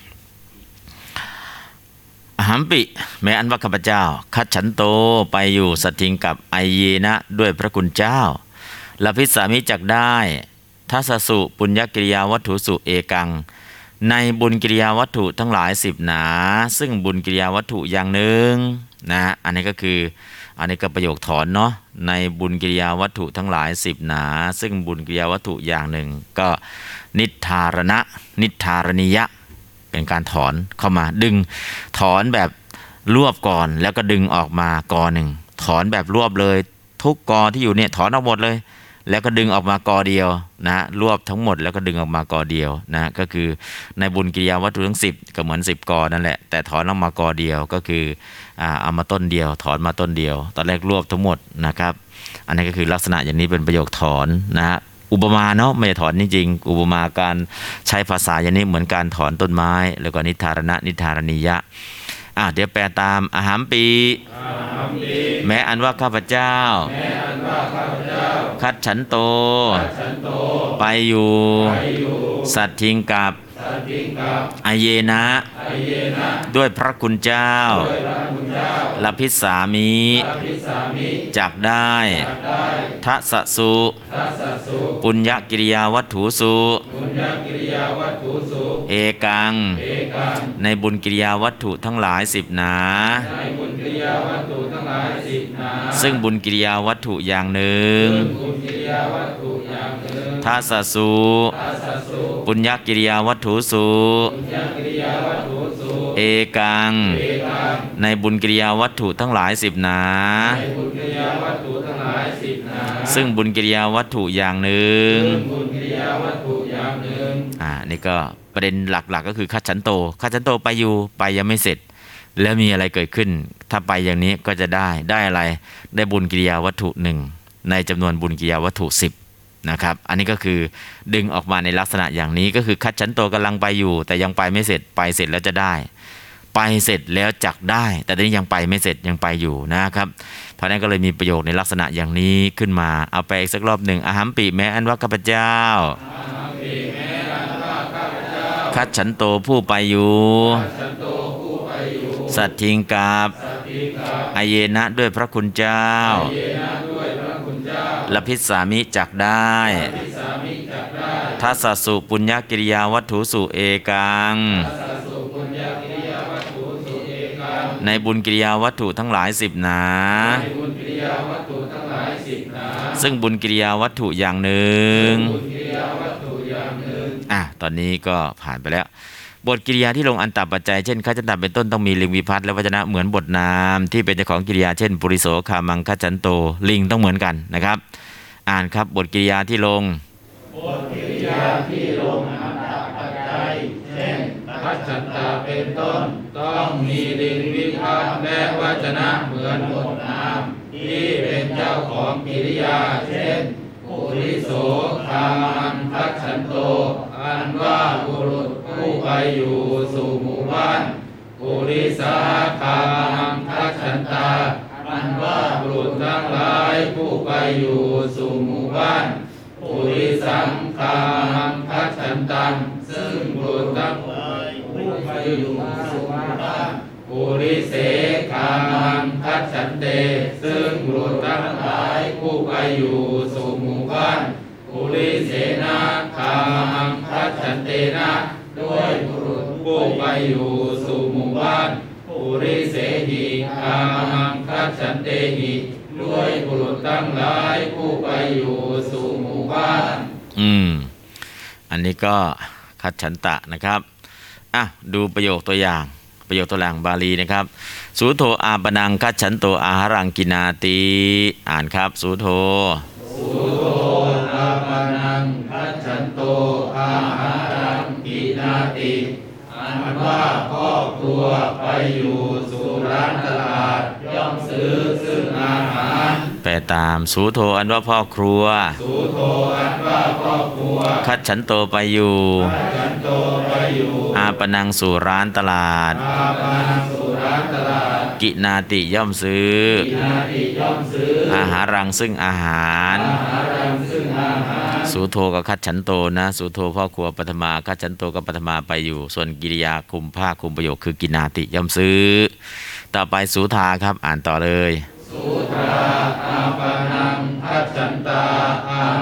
อหัมปิแม้อันว่าข้าพเจ้าคัจฉันโตไปอยู่สถิงกับไอเยนะด้วยพระคุณเจ้าลพิสามิจักได้ทัสสุปุญญกิริยาวัตถุสุเอกังในบุญกิริยาวัตถุทั้งหลายสิบหนาซึ่งบุญกิริยาวัตถุอย่างหนึ่งนะอันนี้ก็คืออันนี้ก็ประโยคถอนเนาะในบุญกิริยาวัตถุทั้งหลายสิบหนาซึ่งบุญกิริยาวัตถุอย่างหนึ่งก็นิทธารณะนิทธารณียะเป็นการถอนเข้ามาดึงถอนแบบรวบก่อนแล้วก็ดึงออกมากอหนึ่งถอนแบบรวบเลยทุกกอที่อยู่เนี่ยถอนออกหมดเลยแล้วก็ดึงออกมากอเดียวนะรวบทั้งหมดแล้วก็ดึงออกมากอเดียวนะก็คือในบุญกิริยาวัตถุทั้งสิบก็เหมือนสิบกอนั่นแหละแต่ถอนออกมากอเดียวก็คืออ่าเอามาต้นเดียวถอนมาต้นเดียวตอนแรกรวบทั้งหมดนะครับอันนี้ก็คือลักษณะอย่างนี้เป็นประโยคถอนนะฮะอุปมาเนาะไม่ได้ถอนจริงๆอุปมาการใช้ภาษาอย่างนี้เหมือนการถอนต้นไม้แล้วก็นิทารณะนิทารณียะอ่ะเดี๋ยวแปลตามอาหามปีแม้อันว่าข้าพเจ้าคัดฉันโตไปอยู่สัตทิงกับอเยนะด้วยพระคุณเจ้าลพิสามิจักได้ทัสสุปุญญกิริยาวัตถุสุเอกังในบุญกิริยาวัตถุทั้งหลายสิบหนาซึ่งบุญกิริยาวัตถุอย่างหนึ่งทัสสุปุญญกิริยาวัตถุสุเอกังในบุญกิริยาวัตถุทั้งหลายสิบหนาซึ่งบุญกิริยาวัตถุอย่างหนึ่งอ่านี่ก็ประเด็นหลักๆ ก็คือคัจฉันโตคัจฉันโตไปอยู่ไปยังไม่เสร็จแล้วมีอะไรเกิดขึ้นถ้าไปอย่างนี้ก็จะได้ได้อะไรได้บุญกิริยาวัตถุหนึ่งในจำนวนบุญกิริยาวัตถุสิบนะครับอันนี้ก็คือดึงออกมาในลักษณะอย่างนี้ก็คือคัจฉันโตกำลังไปอยู่แต่ยังไปไม่เสร็จไปเสร็จแล้วจะได้ไปเสร็จแล้วจักได้แต่ตอนนี้ยังไปไม่เสร็จยังไปอยู่นะครับเพราะนั้นก็เลยมีประโยคในลักษณะอย่างนี้ขึ้นมาเอาไปอีกสักรอบหนึ่งอาหัมปิแม้อันว่าข้าพเจ้าคัจฉันโตผู้ไปอยู่สัตทิงกับอเยนะด้วยพระคุณเจ้าลพิสามิจักได้ทัสสุปุญญกิริยาวัตถุสุเอกังในบุญกิริยาวัตถุทั้งหลายสิบหนาซึ่งบุญกิริยาวัตถุอย่างหนึ่งอ่ะตอนนี้ก็ผ่านไปแล้วบทกิริยาที่ลงอันตปัจจัยเช่นคัจฉันตเป็นต้นต้องมีลิงวิภัตและวจนะเหมือนบทนามที่เป็นเจ้าของกิริยาเช่นปุริโสคามังคัจฉันโตลิงต้องเหมือนกันนะครับอ่านครับบทกิริยาที่ลงบทกิริยาที่ลงอันตปัจจัยเช่นคัจฉันตเป็นต้นต้องมีลิงวิภัตและวจนะเหมือนบทนามที่เป็นเจ้าของกิริยาเช่นปุริโสคามังคัจฉันโตอันว่าบุรุษผู้ไปอยู่สู่หมู่บ้านปุริสาคามังคัจฉันตาอันว่าบุรุษทั้งหลายผู้ไปอยู่สู่หมู่บ้านปุริสังคามังคัจฉันตังซึ่งบุรุษทั้งหลายผู้ไปอยู่สู่หมู่บ้านปุริเสคามังคัจฉันเตซึ่งบุรุษทั้งหลายผู้ไปอยู่สู่หมู่บ้านปุริเสนาคามังคัจฉันเตนะด้วยบุรุษผู้ไปอยู่สู่หมู่บ้านปุริเสหิคามังคัจฉันเตหิด้วยบุรุษทั้งหลายผู้ไปอยู่สู่หมู่บ้านอืมอันนี้ก็คัจฉันตะนะครับอ่ะดูประโยคตัวอย่างประโยคตัวอย่างบาลีนะครับสูโธอาปนังคัจฉันโตอาหารังกินาติอ่านครับสูโธสูโธอาปนังคัจฉันโตอาหารังกินาติอันว่าครอบครัวไปอยู่สู่ร้านตลาดย่อมซื้อซึ่งอาหารแปลตามสูโธอันว่าพ่อครัวสูโธอันว่าพ่อครัวคัจฉันโตไปอยู่คัจฉันโตไปอยู่อาปนังสู่ร้านตลาดอาปนังสู่ร้านตลาดกินาติย่อมซื้อกินาติย่อมซื้ออาหารังซึ่งอาหารอาหารังซึ่งอาหารสูโธกับคัจฉันโตนะสูโธพ่อครัวปัทมาคัจฉันโตกับปัทมาไปอยู่ส่วนกิริยาคุมภาคคุมประโยคคือกินาติย่อมซื้อต่อไปสูธาครับอ่านต่อเลยสูธาอาปนังคัจฉันตาอาห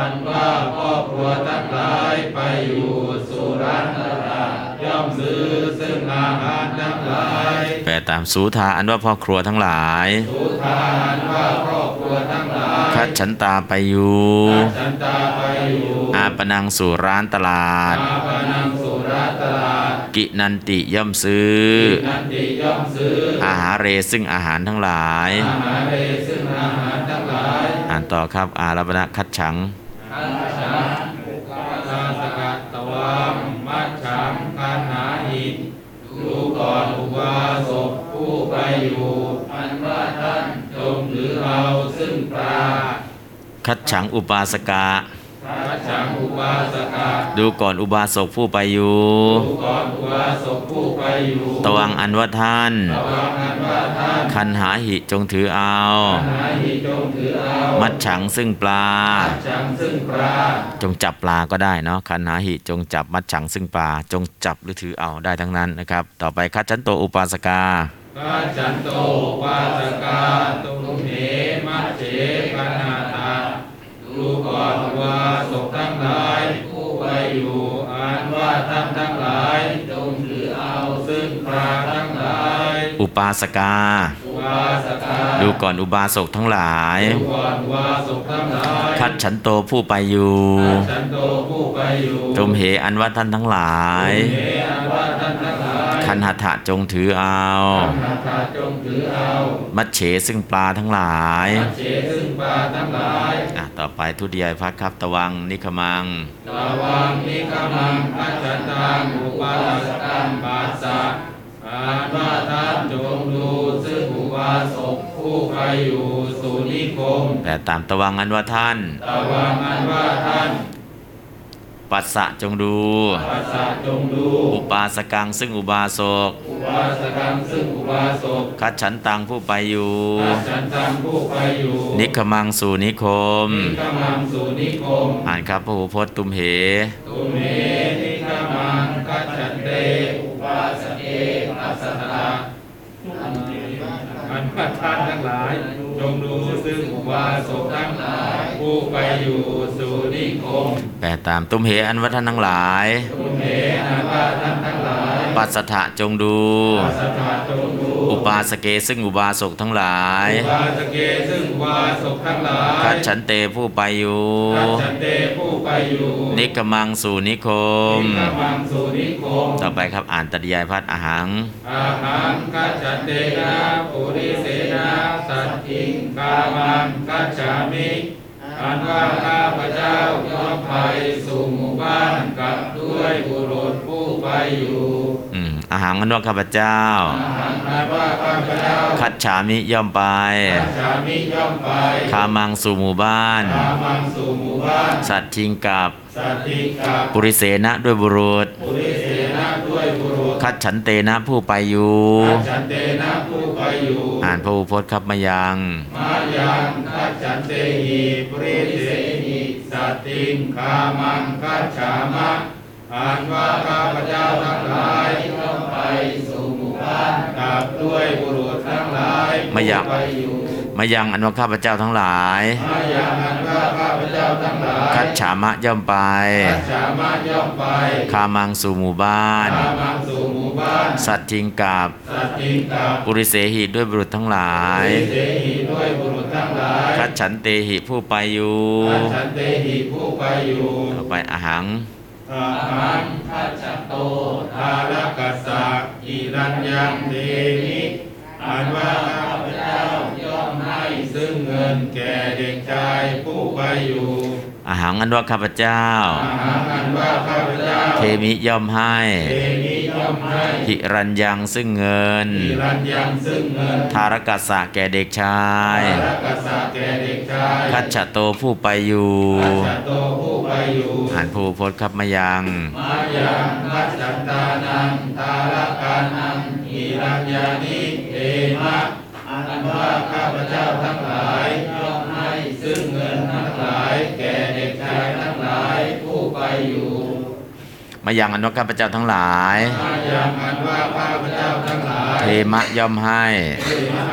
นว่าครอบครัวทั้งหลายไปอยู่สู่ร้านตลาดย่อมซื้อซึ่งอาหารทั้งหลายแปลตามสูทาอันว่าพ่อครัวทั้งหลายสุทานว่าครอบครัวทั้งหลายคัดฉันตาไปอยู่ฉันตาไปอยู่อาปนังสู่ร้านตลาดอาปนังสุราตลาดกินันติย่อมซื้อนันติย่อมซื้ออาหารเรซึ่งอาหารทั้งหลายอาหารเรซึ่งอาหารทั้งหลายอ่านต่อครับอารัปณะคัดฉังขันชังกาสาสกัตตวังมัจฉังคันหาหิดูก่อนอุบาสกผู้ไปอยู่อันว่าท่านจงถือเอาซึ่งปลาคัดฉังอุปาสกะมัจฉังอุบาสกะดูก่อนอุบาสกผู้ไปอยู่ดูก่อนอุบาสกผู้ไปอยู่ตวังอันว่าท่านระวังอันว่าท่านคันหาหิจงถือเอาหาหิจงถือเอามัดฉังซึ่งปลามัจฉังซึ่งปลาจงจับปลาก็ได้เนาะคันหาหิจงจับมัดฉังซึ่งปลา จงจับหรือถือเอาได้ทั้งนั้นนะครับ ต่อไปคัดฉันโตอุปาสกากัจจันโตปาสกาตุมเหมัจเฉปนาตาดูก่อนว่าสกทั้งหลายผู้ไปอยู่อ่านว่าท่านทั้งหลายจงถือเอาซึ่งปลาทั้งหลายอุปาสกาปาสกาดูก่อนอุบาสกทั้งหลายดูก่อนว่าสกทั้งหลายคัดฉันโตผู้ไปอยู่กัจจันโตผู้ไปอยู่จมเหอันว่าท่านทั้งหลายตุมเหอ่านว่าท่านทั้งหลายคันหัตถะจงถือเอาขันธาจงถือเอามัดเฉซึ่งปลาทั้งหลายมัจเฉซึ่งปลาทั้งหลายอ่ะต่อไปทุติยายพักครับตะวังนิคมังตาวังนิกมังคัจจตังอุปาสกังปัสสะอาว่าท่านจงดูซึ่งอุบาสกผู้ไปอยู่สู่นิคมแต่ตามตะวังอันว่าท่านตาวังอันว่าท่านปัสสะจงดูปัสสะจงดูอุปาสกังซึ่งอุบาสกอุบาสกังซึ่งอุบาสกคัดฉันตังผู้ไปอยู่คัจฉันตังผู้ไปอยู่นิคมังสู่นิคมนิกมังสู่นิคมอ่านครับพระหูพจน์ตุมเหตุเมนิกมังคัจฉันเตอุปาสเกปัสสตาอันว่าท่านทั้งหลายจงดูซึ่งอุบาสกทั้งหลายผู้ไปอยู่สู่นิคมแปลตามตุมเหอันว่าท่านทั้งหลายตุเมนะว่าท่านทั้งหลายปัสสถะจงดูปัสสตาจงดูอุปาสเกซึ่งอุบาสกทั้งหลายอุบาสเกซึ่งอุบาสกทั้งหลายคัดฉันเตผู้ไปอยู่คัจฉันเตผู้ไปอยู่นิคมังสู่นิคมนิกมังสู่นิคมต่อไปครับอ่านตริยายพัดอาหังอาหังกัจจเตนะปุริเสนะสัตถิงกามังกัจฉามิอันว่าข้าพเจ้าย่อมไปสู่หมู่บ้านกับด้วยบุรุษผู้ไปอยู่อืมอาหังอันว่าข้าพเจ้าอาหังอันว่าข้าพเจ้าคัดฉามิย่อมไปกัจฉามิย่อมไปคามังสู่หมู่บ้านกามังสู่หมู่บ้านสัตว์ทิงกับสัตถิงกับปุริเสนะด้วยบุรุษปุริเสนะด้วยบุรุษคัดฉันเตนะผู้ไปอยู่กัจฉันเตนะผู้ไปอยู่อ่านพระอุพจน์ครับมายังมายังคัจฉันเตหิปริเสหิสัตติงคามังคัจฉามะอ่านว่าข้าพเจ้าทั้งหลายย่อมไปสู่หมู่บ้านกับด้วยบุรุษทั้งหลายมายังผู้ไปอยู่มายังอันว่าข้าพเจ้าทั้งหลายมายังอันว่าข้าพเจ้าทั้งหลายคัดฉามะย่อมไปคัจฉามะย่อมไปคามังสู่หมู่บ้านคามังสู่หมู่บ้านสัตว์ทิงกับสัตติงกับปุริเสหิด้วยบุรุษทั้งหลายปุริเสหิด้วยบุรุษทั้งหลายคัดฉันเตหิผู้ไปอยู่คัจฉันเตหิผู้ไปอยู่ต่อไปอาหังอาหังคัจจโตทารกัสสะอิรัญญังเทมิอ่านว่าข้าพเจ้าย่อมให้ซึ่งเงินแก่เด็กชายผู้ไปอยู่อาหังอันว่าข้าพเจ้าอาหังอันว่าข้าพเจ้าเทมิย่อมให้เทมิย่อมให้หิรัญยังซึ่งเงินอิรัญญังซึ่งเงินทารกัสสะแก่เด็กชายทารกัสสะแก่เด็กชายคัจฉโตผู้ไปอยู่คัจจโตผู้ไปอยู่อ่านพระอุพจน์ครับมายังมายังคัจจันตานังทารกานังอิรัญญานิเทมะอันว่าข้าพเจ้าทั้งหลายย่อมให้ซึ่งเงินทั้งหลายแก่เด็กชายทั้งหลายผู้ไปอยู่มายังอันว่าข้าพเจ้าทั้งหลายมายังอันว่าข้าพเจ้าทั้งหลายเทมะย่อมให้เทมะย่อมใ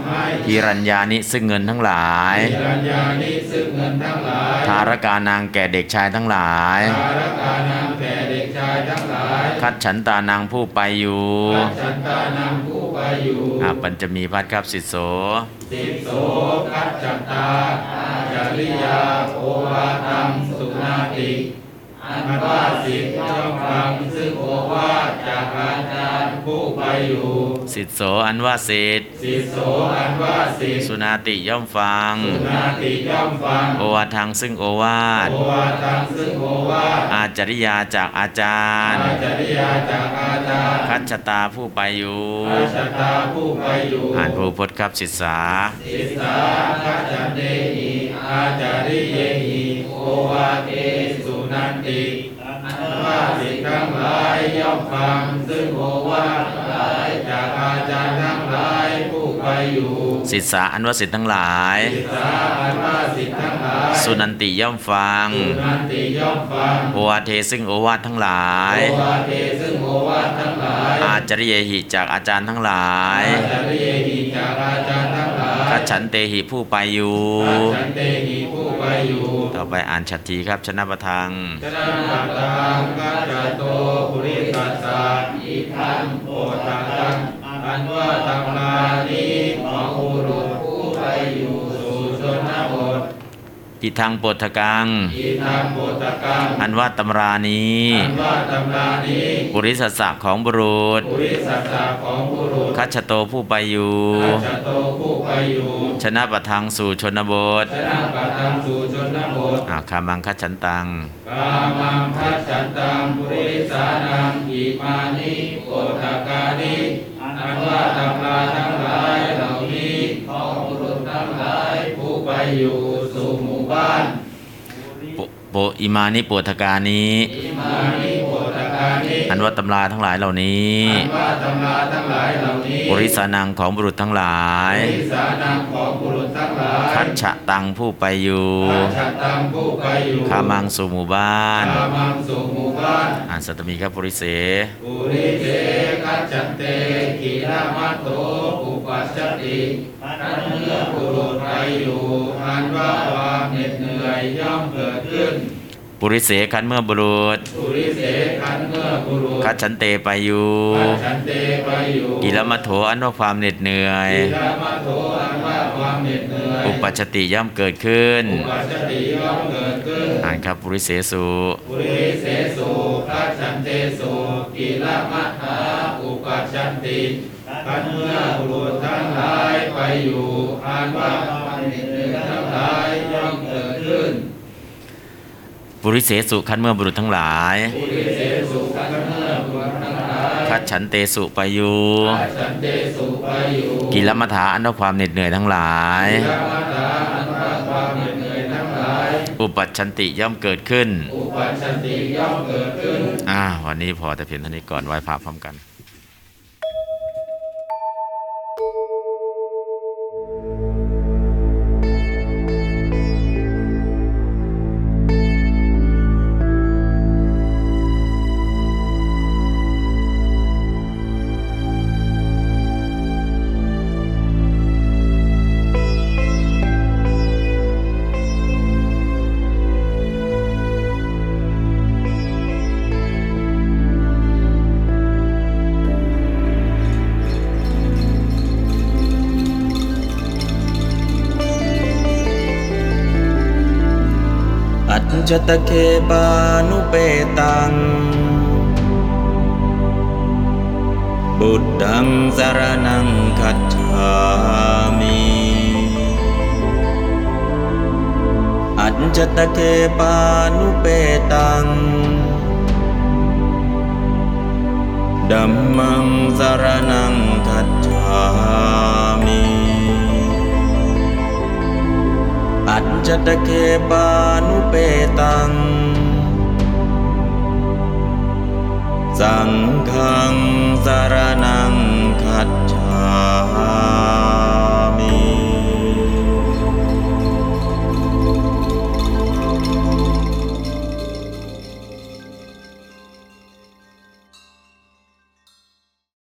ให้หิรัญญานิซึ่งเงินทั้งหลายหิรัญญานิซึ่งเงินทั้งหลายทารกานางแก่เด็กชายทั้งหลายภารกานางแก่เด็กชายทั้งหลายคัดฉันตานางผู้ไปอยู่ปัจจันตานางผู้ไปอยู่อาปัญจมีพัฒครับสิทโสสิบโสคัจจตาจริยาโอวาทังสุนาติอันว่าสิทธิ์ย่อมฟังซึ่งโอวาทจากอาจารย์ผู้ไปอยู่สิทโสอันว่าสิทธิสิทธิโสอันว่าสิทธิสุนาติย่อมฟังสุนาติย่อมฟังโอวาทังซึ่งโอวาทโอวาทังซึ่งโอวาทอาจริยาจากอาจารย์อาจริยาจากอาจารย์คัจฉตาผู้ไปอยู่อาชตาผู้ไปอยู่อ่านภูพจน์ครับศิษสาศิสาคัจจเตหิอาจาริเยหิโอวาเทสุนันติอันว่าสิทธิ์ทั้งหลายย่อมฟังซึ่งโอวาททั้งหลายจากอาจารย์ทั้งหลายผู้ไปอยู่ศิษสาอันว่าสิทธิ์ทั้งหลายศิสาอันว่าสิทธิ์ทั้งหลายสุนันติย่อมฟังสุนันติย่อมฟังโอวาเทซึ่งโอวาททั้งหลายโอวาเทซึ่งโอวาททั้งหลายอาจริยหิจากอาจารย์ทั้งหลายอาจาริเยหิจากอาจารย์ทั้งหลายคัจฉันเตหิผู้ไปอยู่อาฉันเตหิผู้ไปอยู่ต่อไปอ่านฉัตรทีครับชนะประทังชนะปัตตังกัจจโตปุริสัสสะอิทังโพธาตังอันว่าตำรานี้ของอุรุษผู้ไปอยู่สู่ชนบทอิทังโปทกังอิทังโพธกังอันว่าตำรานี้อันว่าตำรานี้ปุริสัสสะของบุรุษปุริสัสสะของบุรุษคัจฉโตผู้ไปอยู่กัจจโตผู้ไปอยู่ชนะประทังสู่ชนบทชนะปัตตังสู่ชนบทอ่าคามังคัจฉันตังกามังคัจฉันตังปุริสานังอิมานิโกฏกานิอันว่าตำราทั้งหลายเหล่านี้ของบุรุษทั้งหลายผู้ไปอยู่สู่หมู่บ้านโปโปอิมานิโปทกานิอิมานิโกฏกานิอันว่าตำราทั้งหลายเหล่านี้อันว่าตำราทั้งหลายเหล่านี้ปุริสานังของบุรุษทั้งหลายปุริสานังของบุรุษทั้งหลายคัจฉตังผู้ไปอยู่คัจฉตังผู้ไปอยู่คามังสู่หมู่บ้านกามังสู่หมู่บ้านอ่านสัตตมีครับปุริเสปุริเสกัจจเตกิรมัตโตอุปัชชตินั้นเมื่อบุรุษไปอยู่อันว่าความเหน็ดเหนื่อยย่อมเกิดขึ้นปุริเสขันเมื่อบุรุษปุริเสขันเมื่อบุรุษคัจฉันเตไปอยู่กัจฉันเตไปอยู่กิลมัทโถอันว่าความเหน็ดเหนื่อยกิรมัตโตอันว่าความเหน็ดเหนื่อยอุปัชชติย่อมเกิดขึ้นอุปัชชติย่อมเกิดขึ้นอ่านครับปุริเสสุปุริเสสุกัจฉันเตสุกิรมัตถาอุปัชชันติขันเมื่อบุรุษทั้งหลายไปอยู่อันว่าความเหน็ดเหนื่อยทั้งหลายย่อมเกิดขึ้นปุริเสสุขันเมื่อบุรุษทั้งหลายปุริเสสุขันเมื่อบุรุษทั้งหลายคัจฉันเตสุไปอยู่กัจฉันเตสุไปอยู่กิลมัฏฐาอันว่าความเหน็ดเหนื่อยทั้งหลายกิรมัตถาอันว่าความเหน็ดเหนื่อยทั้งหลายอุปัชชันติย่อมเกิดขึ้นอุปัชชันติย่อมเกิดขึ้นอ่าวันนี้พอแต่เพียงเท่านี้ก่อนไหว้พระพร้อมกันอัจจตเคปานุเปตังบุตตังสรณังคัจฉามิอัจจตเคปานุเปตังธัมมังสรณังคัจฉามิอัจจตเคปานุเปตังสังฆังสรณังคัจฉา